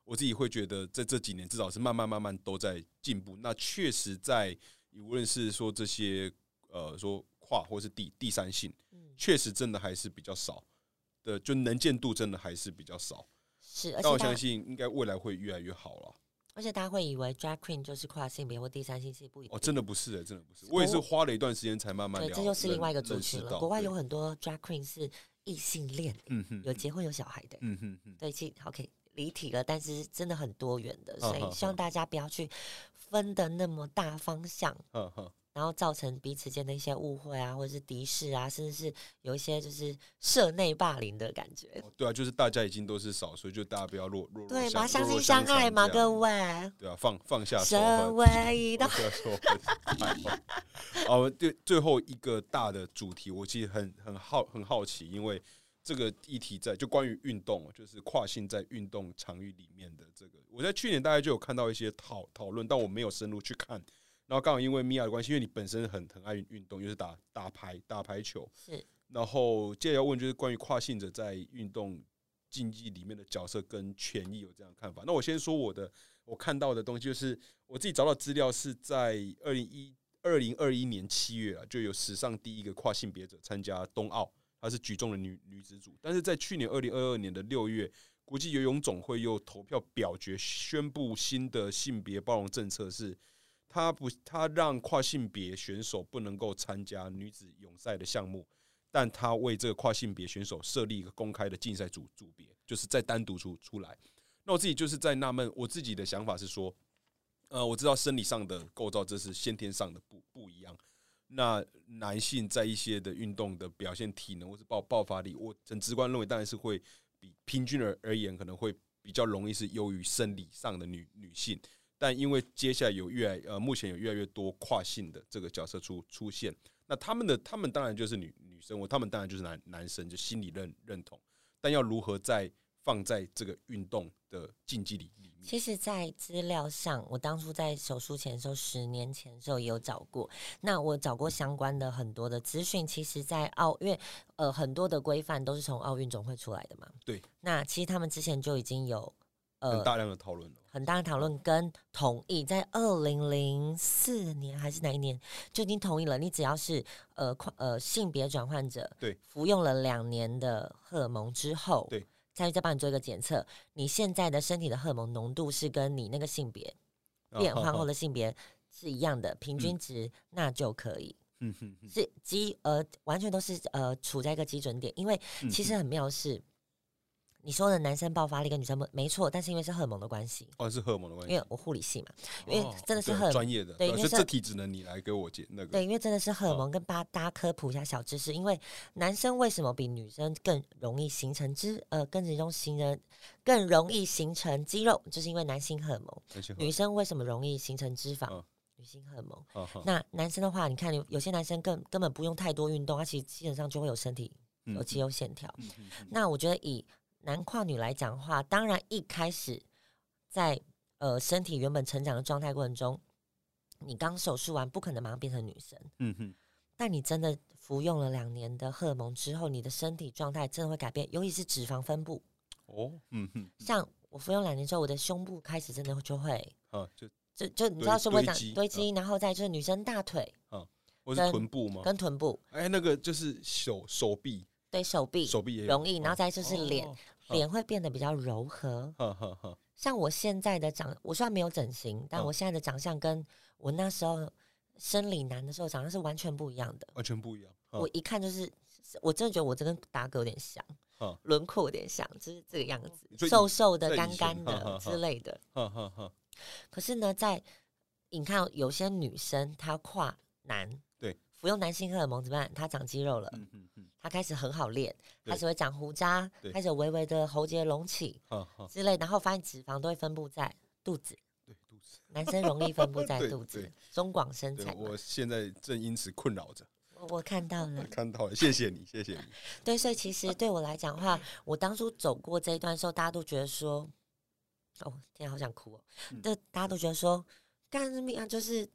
我自己会觉得在这几年至少是慢慢慢慢都在进步。那确实在无论是说这些呃说跨或是第第三性，确实真的还是比较少的，就能见度真的还是比较少。 是， 但我相信应该未来会越来越好了。 而且大家会以为 drag queen 就是跨性别或第三性，是不一定。 哦，真的不是、欸，真的不是。我也是花了一段时间才慢慢了解。 对，这就是另外一个族群了。国外有很多 drag queen 是异性恋，嗯哼，有结婚有小孩的，嗯哼哼。对，其实 OK 离题了，但是真的很多元的，所以希望大家不要去分的那么大方向。呵呵，然后造成彼此间的一些误会啊，或者是敌视啊，甚至是有一些就是社内霸凌的感觉。 哦、对啊，就是大家已经都是少数，就大家不要弱弱对嘛，相亲相爱嘛，各位。 对啊，放放下仇恨， 放下仇恨。哦，对，最后一个大的主题，我其实很很好很好奇，因为这个议题在就关于运动，就是跨性在运动场域里面的这个，我在去年大概就有看到一些讨讨论，但我没有深入去看。然后刚好因为米娅的关系，因为你本身很很爱运动，又是打打排打排球， 是。 然后接着要问就是关于跨性者在运动竞技里面的角色跟权益有这样的看法。那我先说我的我看到的东西，就是我自己找到资料是在二零一二零二一年七月啊，就有史上第一个跨性别者参加冬奥，她是举重的女女子组。但是在去年二零二二年的六月，国际游泳总会又投票表决宣布新的性别包容政策是。他不，他让跨性别选手不能够参加女子泳赛的项目，但他为这个跨性别选手设立一个公开的竞赛组组别，就是再单独出出来。那我自己就是在纳闷，我自己的想法是说，呃，我知道生理上的构造这是先天上的不不一样。那男性在一些的运动的表现体能或是爆爆发力，我很直观认为当然是会比平均而而言可能会比较容易是优于生理上的女女性。但因为接下来有越来呃，目前有越来越多跨性的这个角色出出现，那他们的他们当然就是女女生，我他们当然就是男男生，就心理认认同。但要如何再放在这个运动的竞技里里面？ 其实，在资料上，我当初在手术前的时候，十年前的时候也有找过。那我找过相关的很多的资讯，其实，在奥因为呃很多的规范都是从奥运总会出来的嘛。 对。 那其实他们之前就已经有。 呃、很大量的讨论了， 很大的讨论跟同意，在二零零四年还是哪一年就已经同意了。你只要是呃呃性别转换者， 对， 服用了两年的荷尔蒙之后， 对， 再再帮你做一个检测，你现在的身体的荷尔蒙浓度是跟你那个性别变换后的性别是一样的，平均值、嗯、那就可以。嗯哼哼，是基呃完全都是呃处在一个基准点，因为其实很妙是。你说的男生爆发力跟女生没错，但是因为是荷尔蒙的关系， 哦，是荷尔蒙的关系， 因为我护理系嘛，因为真的是荷尔蒙专业的， 对，因为这题只能你来给我解那个， 对，因为真的是荷尔蒙，跟大家科普一下小知识，因为男生为什么比女生更容易形成脂呃更容易形成更容易形成肌肉，就是因为男性荷尔蒙，女生为什么容易形成脂肪？嗯、女性荷尔蒙，嗯、那男生的话，你看有些男生根根本不用太多运动，他其实基本上就会有身体有肌肉线条。嗯嗯嗯、那我觉得以男跨女来讲的话，当然一开始在呃身体原本成长的状态过程中，你刚手术完不可能马上变成女生，嗯哼。但你真的服用了两年的荷尔蒙之后，你的身体状态真的会改变，尤其是脂肪分布。哦，嗯哼。像我服用两年之后，我的胸部开始真的就会，啊，就就就你知道是不是讲堆积，然后再就是女生大腿，啊， 或是臀部吗？ 跟臀部， 哎，那个就是手手臂。 对手臂， 手臂也容易，然后再就是脸，脸、哦、会变得比较柔和。呵呵呵，像我现在的长，我虽然没有整形，但我现在的长相跟我那时候生理男的时候长相是完全不一样的， 完全不一样。 我一看就是，我真的觉得我这跟达哥有点像，轮廓有点像，就是这个样子，瘦瘦的、干干的之类的。呵呵呵。可是呢，在你看有些女生她跨男， 对， 服用男性荷尔蒙怎么办？她长肌肉了。嗯嗯嗯，他开始很好练，开始会长胡渣，开始有微微的喉结隆起之类，然后发现脂肪都会分布在肚子， 对肚子， 男生容易分布在肚子，中广身材。 我现在正因此困扰着。 我看到了， 看到了，谢谢你，谢谢你。 对，所以其实对我来讲的话，我当初走过这一段的时候，大家都觉得说，哦，天啊，好想哭哦！嗯、大家都觉得说，干什么啊？就是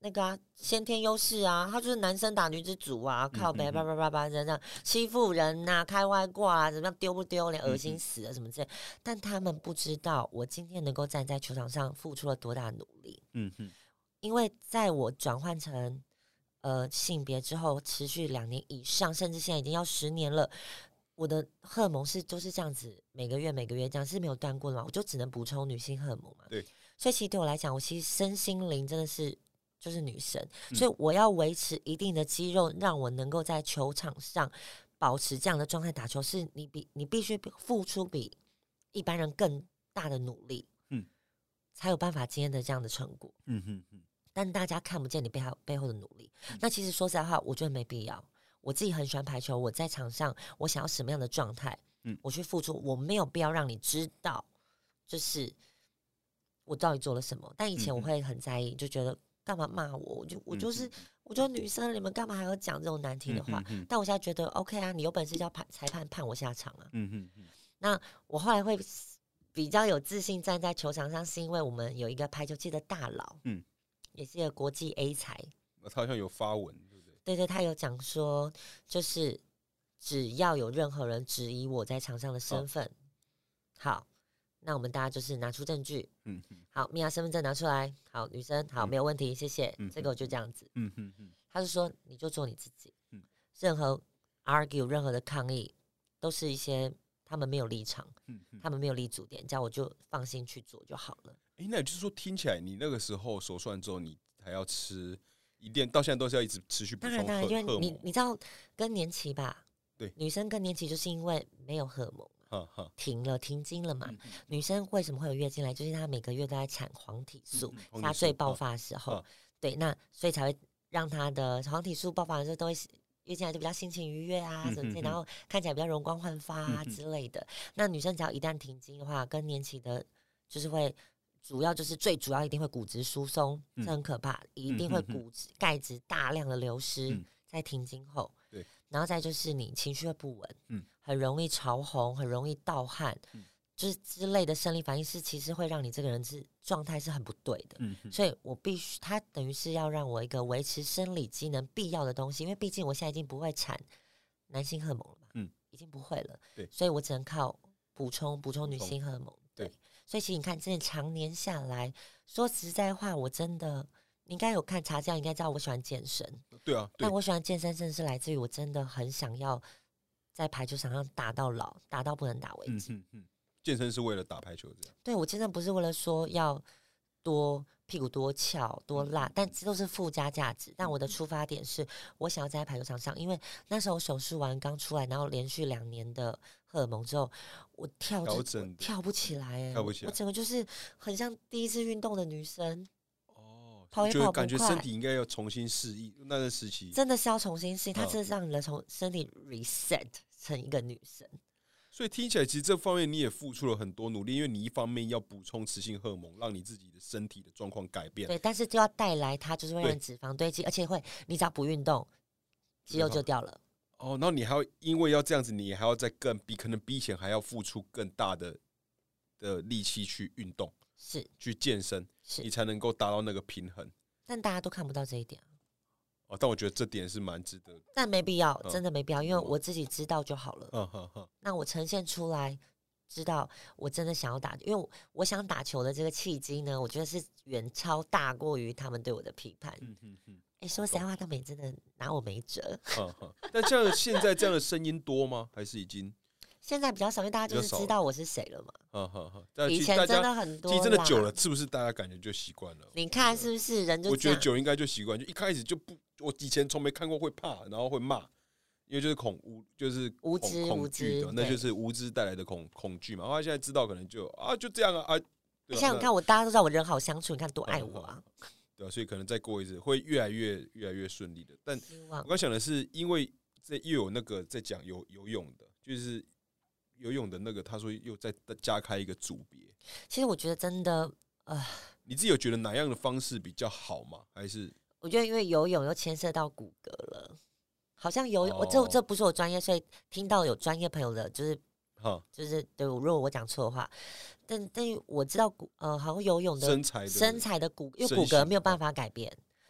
那个啊，先天优势啊，他就是男生打女子组啊，靠北叭叭叭叭，这样欺负人呐、啊，开外挂啊，怎么样丢不丢脸，恶心死了什么之类。但他们不知道，我今天能够站在球场上付出了多大的努力。嗯哼，因为在我转换成呃性别之后，持续两年以上，甚至现在已经要十年了。我的荷尔蒙是就是这样子，每个月每个月这样是没有断过的嘛，我就只能补充女性荷尔蒙嘛。 对， 所以其实对我来讲，我其实身心灵真的是就是女神，嗯、所以我要维持一定的肌肉，让我能够在球场上保持这样的状态打球，是你比你必须付出比一般人更大的努力，嗯，才有办法今天的这样的成果。嗯哼哼，但大家看不见你背后背后的努力，嗯、那其实说实在话，我觉得没必要。我自己很喜欢排球，我在场上我想要什么样的状态，嗯，我去付出，我没有必要让你知道，就是我到底做了什么。但以前我会很在意，就觉得干嘛骂我，我就我就是我就女生，你们干嘛还要讲这种难听的话？嗯、哼哼但我现在觉得 OK 啊，你有本事叫判裁判判我下场啊。嗯哼哼那我后来会比较有自信站在球场上，是因为我们有一个排球界的大佬，嗯，也是一个国际 A 才， 他好像有发文。 对对，他有讲说，就是只要有任何人质疑我在场上的身份，哦、好，那我们大家就是拿出证据。嗯嗯。好，米娅身份证拿出来。好，女生，好，嗯、没有问题，谢谢。嗯、这个我就这样子。嗯嗯嗯。他就说，你就做你自己。嗯。任何 argue， 任何的抗议，都是一些他们没有立场，嗯、他们没有立足点，这样我就放心去做就好了。 哎，那也就是说，听起来你那个时候手术完之后，你还要吃。一定到现在都是要一直持续补充荷尔蒙。当然，当然，因为你你知道更年期吧？ 对， 女生更年期就是因为没有荷尔蒙，呵呵停了停经了嘛。嗯、女生为什么会有月经来？就是她每个月都在产黄体素，嗯、她最爆发的时候，对，那所以才会让她的黄体素爆发的时候都会月经来就比较心情愉悦啊，什么之类，然后看起来比较容光焕发啊之类的。那女生只要一旦停经的话，更年期的就是会。主要就是最主要一定会骨质疏松，这、嗯、很可怕，一定会骨质钙质大量的流失，嗯、在停经后，对，然后再就是你情绪会不稳，嗯，很容易潮红，很容易盗汗，嗯、就是之类的生理反应是其实会让你这个人是状态是很不对的，嗯、所以我必须，它等于是要让我一个维持生理机能必要的东西，因为毕竟我现在已经不会产男性荷尔蒙了嘛，嗯，已经不会了，对，所以我只能靠补充补充女性荷尔蒙，对。对所以其实你看，真的常年下来，说实在话，我真的，你应该有看茶这样，应该知道我喜欢健身。 对啊， 对但我喜欢健身，真的是来自于我真的很想要在排球场上打到老，打到不能打为止。嗯嗯嗯。 健身是为了打排球这样？ 对，我健身不是为了说要多屁股多翘多辣，嗯、但这都是附加价值。但我的出发点是我想要在排球场上，因为那时候手术完刚出来，然后连续两年的荷尔蒙之后，我跳我跳不起来、欸， 跳不起来， 我整个就是很像第一次运动的女生。 哦， 跑也跑不快， 感觉身体应该要重新适应那个时期， 真的是要重新适应，它是让你的从身体 reset 成一个女生。 所以听起来，其实这方面你也付出了很多努力，因为你一方面要补充雌性荷尔蒙，让你自己的身体的状况改变。 对，但是就要带来它就是会让脂肪堆积，而且会你只要不运动，肌肉就掉了。 哦，然后你还要因为要这样子，你还要再更比可能比以前还要付出更大的的力气去运动， 是去健身，你才能够达到那个平衡。 但大家都看不到这一点。 哦，但我觉得这点是蛮值得的， 但没必要，真的没必要，因为我自己知道就好了。嗯哼哼，那我呈现出来，知道我真的想要打，因为 我, 我想打球的这个契机呢，我觉得是远超大过于他们对我的批判。嗯哼哼，哎、欸，说实在话，他们也真的拿我没辙。 嗯哼，但这样现在这样的声音多吗？还是已经？ 现在比较少，因为大家就是知道我是谁了嘛。 嗯哼哼， 以前真的很多， 其实真的久了，是不是大家感觉就习惯了？ 你看是不是人就？ 我觉得久应该就习惯，就一开始就不，我以前从没看过会怕，然后会骂，因为就是恐无，就是无知恐惧的，那就是无知带来的恐恐惧嘛。然后现在知道可能就啊就这样啊啊。 你想想看，我大家都知道我人好相处，你看多爱我啊。 对啊，所以可能再过一次会越来越越来越顺利的。但我刚想的是，因为这又有那个在讲游游泳的，就是游泳的那个，他说又再加开一个组别。 其实我觉得真的，呃， 你自己有觉得哪样的方式比较好吗？还是我觉得因为游泳又牵涉到骨骼了，好像游泳，哦、我这这不是我专业，所以听到有专业朋友的，就是。就是对，如果我讲错的话，但但我知道骨呃，好像游泳的身材的身材的骨，因为骨骼没有办法改变，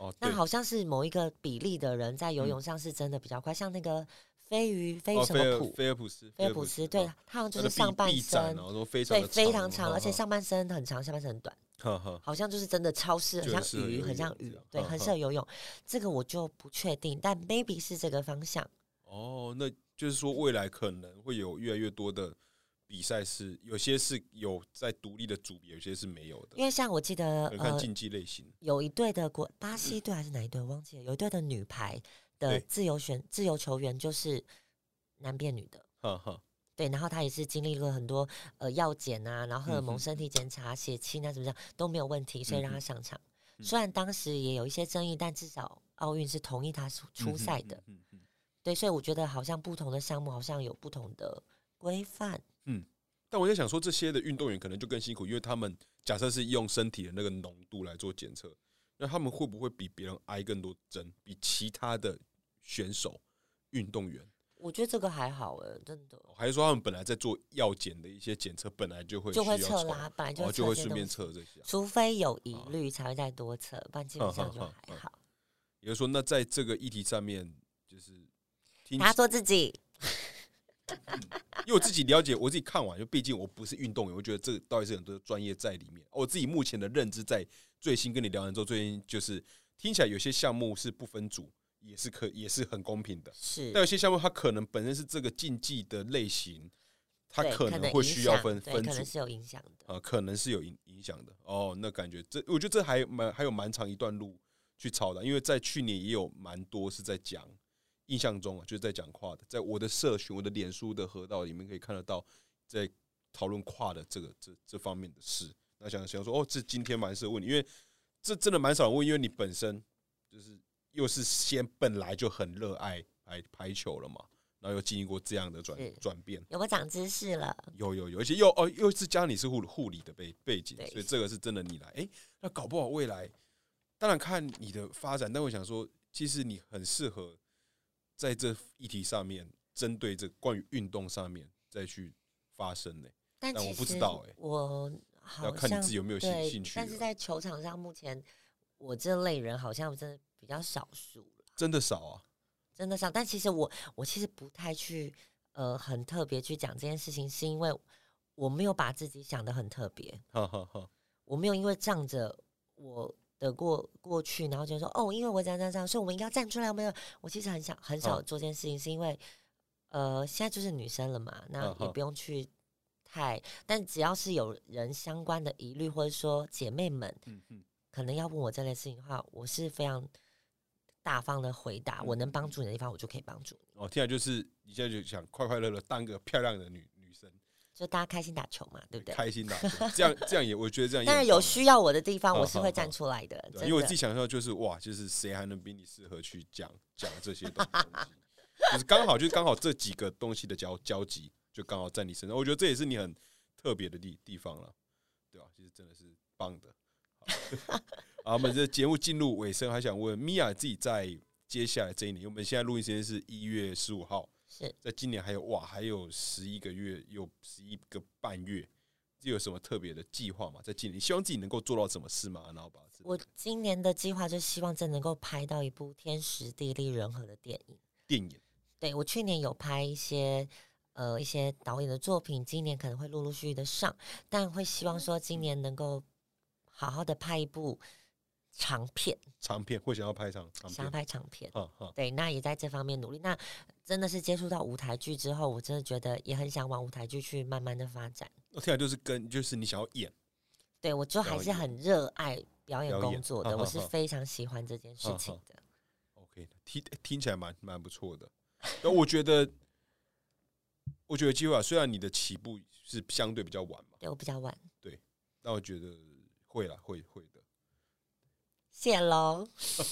哦， 那好像是某一个比例的人在游泳上是真的比较快，嗯、像那个飞鱼飞鱼什么普、 哦、菲尔普斯， 菲尔普斯，对，他好像就是上半身， 对， 非常长，而且上半身很长，下半身很短。 呵呵好像就是真的超适合，很像鱼，很像鱼，对，很适合游泳。这个我就不确定，但 maybe 是这个方向。 哦，那就是说未来可能会有越来越多的比赛是，有些是有在独立的组别，有些是没有的。 因为像我记得， 看竞技类型、呃， 有一队的国巴西队还是哪一队忘记了，有一队的女排的自由选自由球员就是男变女的。 呵呵对，然后他也是经历了很多呃药检啊，然后荷尔蒙身体检查、血清啊怎么样都没有问题，所以让他上场。嗯、虽然当时也有一些争议，但至少奥运是同意他出赛的。嗯、对，所以我觉得好像不同的项目好像有不同的规范。 嗯，但我在想说，这些的运动员可能就更辛苦，因为他们假设是用身体的那个浓度来做检测，那他们会不会比别人挨更多针，比其他的选手、运动员？ 我觉得这个还好哎，真的。 还是说他们本来在做药检的一些检测，本来就会就会测啦，本来就会、 哦、就会顺便测这些， 除非有疑虑才会再多测，不然基本上就还好。 也就是说，那在这个议题上面，就是他做自己、 嗯，因为我自己了解，我自己看完，就毕竟我不是运动员，我觉得这到底是很多专业在里面。我自己目前的认知，在最新跟你聊完之后，最近就是听起来有些项目是不分组。也是可也是很公平的， 是。 但有些项目它可能本身是这个竞技的类型，它可能会需要分分组， 可能是有影响的， 呃，可能是有影影响的。哦，那感觉这我觉得这还蛮还有蛮长一段路去超的，因为在去年也有蛮多是在讲，印象中啊就是在讲跨的，在我的社群、我的脸书的河道里面可以看得到，在讨论跨的这个这这方面的事。那想想说，哦，这今天蛮适合问你，因为这真的蛮少人问，因为你本身就是。又是先本来就很热爱排排球了嘛，然后又经历过这样的转转变， 有没有长知识了？ 有有有，而且又哦又是加上你是护护理的背背景，所以这个是真的你来，哎、欸，那搞不好未来，当然看你的发展，但我想说，其实你很适合在这议题上面，针对这关于运动上面再去发声呢、欸。但我不知道哎、欸， 我好要看你自己有没有兴兴趣。 但是在球场上，目前我这类人好像真的比较少数， 真的少啊， 真的少。但其实我我其实不太去呃很特别去讲这件事情，是因为我没有把自己想得很特别，我没有因为仗着我的过过去，然后就说哦，因为我这样这样这样，所以我们应该站出来。没有，我其实很想很少做这件事情，是因为呃现在就是女生了嘛，那也不用去太，但只要是有人相关的疑虑，或者说姐妹们，嗯嗯。可能要问我这类事情的话，我是非常大方的回答，我能帮助你的地方，我就可以帮助你。 哦，听起来就是你现在就想快快乐乐当个漂亮的女女生， 就大家开心打球嘛，对不对？ 开心打球，这样这样也我觉得这样也。 当然有需要我的地方，我是会站出来的。 因为我自己想象就是哇，就是谁还能比你适合去讲讲这些东西？就是刚好就是刚好这几个东西的交交集，就刚好在你身上。我觉得这也是你很特别的地地方了，对吧？其实真的是棒的。好，我们这节目进入尾声，还想问米娅自己在接下来这一年，我们现在录音时间是一月十五号， 是在今年还有哇，还有十一个月，有十一个半月，这有什么特别的计划吗？在今年，你希望自己能够做到什么事吗？然后把我今年的计划就希望真能够拍到一部天时地利人和的电影。 电影， 对，我去年有拍一些呃一些导演的作品，今年可能会陆陆续续的上，但会希望说今年能够好好的拍一部长片， 长片会想要拍长长片， 想要拍长片， 啊啊、 对，那也在这方面努力。那真的是接触到舞台剧之后，我真的觉得也很想往舞台剧去慢慢的发展。 我听起来就是跟就是你想要演， 对，我就还是很热爱表演工作的，我是非常喜欢这件事情的。啊啊、OK， 听听起来蛮蛮不错的。那我觉得，我觉得机会啊，虽然你的起步是相对比较晚嘛， 对我比较晚， 对，但我觉得会啦，会会的。 谢喽。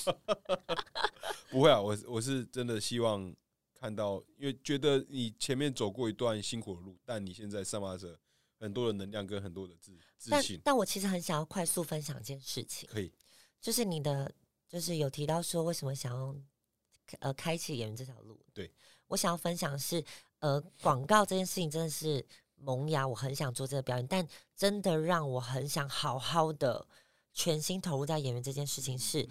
不会啊，我我是真的希望看到，因为觉得你前面走过一段辛苦的路，但你现在散发着很多的能量跟很多的自自信。 但但我其实很想要快速分享一件事情， 可以， 就是你的，就是有提到说为什么想要呃开启演员这条路。 对， 我想要分享的是，呃，广告这件事情真的是萌芽，我很想做这个表演，但真的让我很想好好的全心投入在演员这件事情是，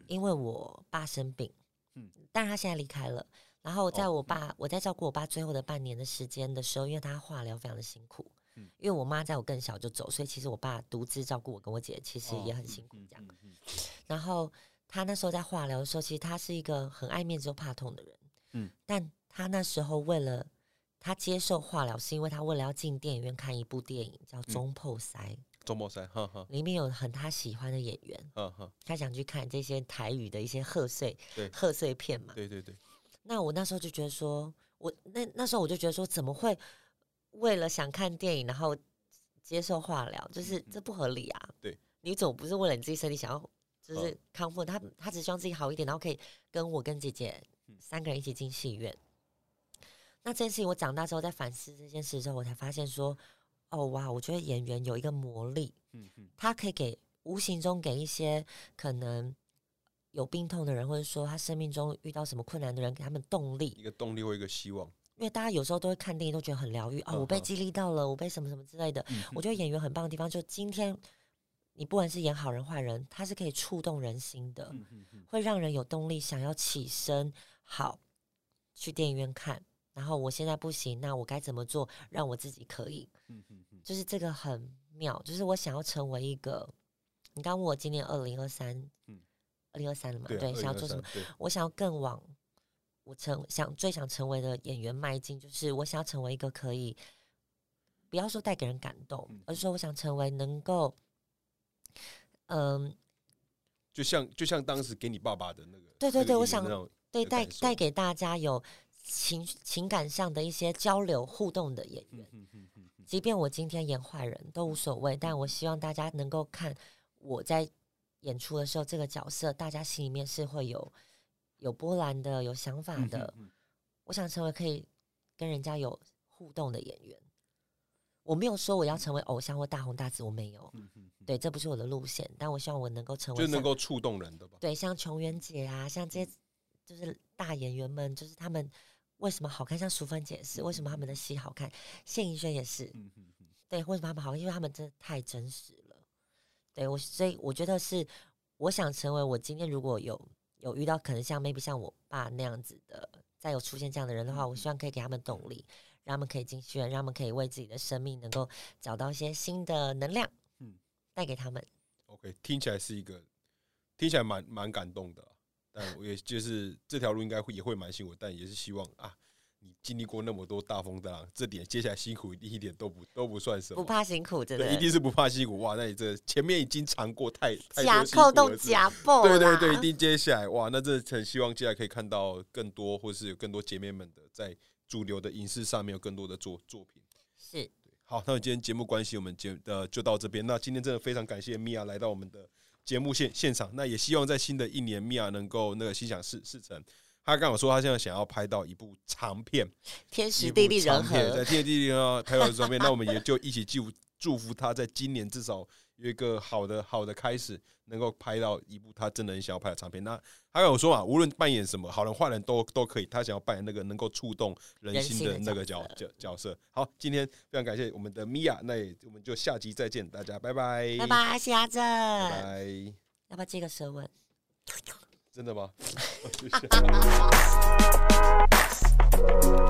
因为我爸生病，嗯，但是他现在离开了。然后在我爸、哦、我在照顾我爸最后的半年的时间的时候，因为他化疗非常的辛苦，嗯，因为我妈在我更小就走，所以其实我爸独自照顾我跟我姐，其实也很辛苦这样。哦嗯嗯嗯嗯、然后他那时候在化疗的时候，其实他是一个很爱面子又怕痛的人，嗯，但他那时候为了他接受化疗，是因为他为了要进电影院看一部电影叫《中破塞》。嗯中破塞，哈哈， 里面有很他喜欢的演员，呵呵他想去看这些台语的一些贺岁贺岁片嘛。 对对对。 那我那时候就觉得说，我那那时候我就觉得说，怎么会为了想看电影，然后接受化疗？就是、嗯、这不合理啊！ 对， 你总不是为了你自己身体想要就是康复，哦、他他只希望自己好一点，然后可以跟我跟姐姐三个人一起进戏院。嗯、那这件事情，我长大之后在反思这件事之后，我才发现说。哦哇！我觉得演员有一个魔力，嗯嗯，他可以给无形中给一些可能有病痛的人，或者说他生命中遇到什么困难的人，给他们动力， 一个动力或一个希望。 因为大家有时候都会看电影，都觉得很疗愈哦，我被激励到了，我被什么什么之类的。嗯、我觉得演员很棒的地方，就今天你不管是演好人坏人，他是可以触动人心的，嗯、会让人有动力想要起身，好去电影院看。然后我现在不行，那我该怎么做让我自己可以？嗯嗯嗯，就是这个很妙，就是我想要成为一个，你刚问我今年二零二三，嗯，二零二三了嘛？对，对想要做什么？我想要更往我成想最想成为的演员迈进，就是我想要成为一个可以，不要说带给人感动，嗯、而是说我想成为能够，嗯、呃， 就像就像当时给你爸爸的那个， 对对对，我想对带带给大家有。情情感上的一些交流互动的演员，即便我今天演坏人都无所谓，但我希望大家能够看我在演出的时候，这个角色大家心里面是会有有波澜的、有想法的。我想成为可以跟人家有互动的演员。我没有说我要成为偶像或大红大紫，我没有。对，这不是我的路线，但我希望我能够成为就能够触动人的吧。 对，像琼媛姐啊，像这些就是大演员们，就是他们。为什么好看？像淑芬姐也是，为什么他们的戏好看？谢盈萱也是，嗯、对，为什么他们好看？因为他们真的太真实了。对我，所以我觉得是，我想成为我今天如果有有遇到可能像 maybe 像我爸那样子的，再有出现这样的人的话，我希望可以给他们动力，让他们可以进戏院，让他们可以为自己的生命能够找到一些新的能量，嗯，带给他们。 OK， 听起来是一个，听起来蛮蛮感动的。但我也就是这条路应该会也会蛮辛苦，但也是希望啊，你经历过那么多大风大浪，这点接下来辛苦一点都不都不算什么， 不怕辛苦，真的对，一定是不怕辛苦哇！那你这前面已经尝过太太多辛苦了，动假爆， 对对对，一定接下来哇，那这很希望接下来可以看到更多，或是有更多姐妹们的在主流的影视上面有更多的作作品。 是， 好，那今天节目关系，我们节呃就到这边。那今天真的非常感谢米娅来到我们的节目现现场，那也希望在新的一年，米娅能够那个心想事事成。他刚好说，他现在想要拍到一部长片， 天时地利人和， 在天时地利人和拍到长片，那我们也就一起祝祝福他，在今年至少有一个好的好的开始，能够拍到一部他真的很想要拍的长片。那他跟我说嘛，无论扮演什么好人坏人都都可以，他想要扮演那个能够触动人心的那个角角角色。好，今天非常感谢我们的米娅，那也我们就下集再见，大家拜拜， 拜拜，谢谢阿正， 拜拜， 要不要接个舌吻？ 真的吗？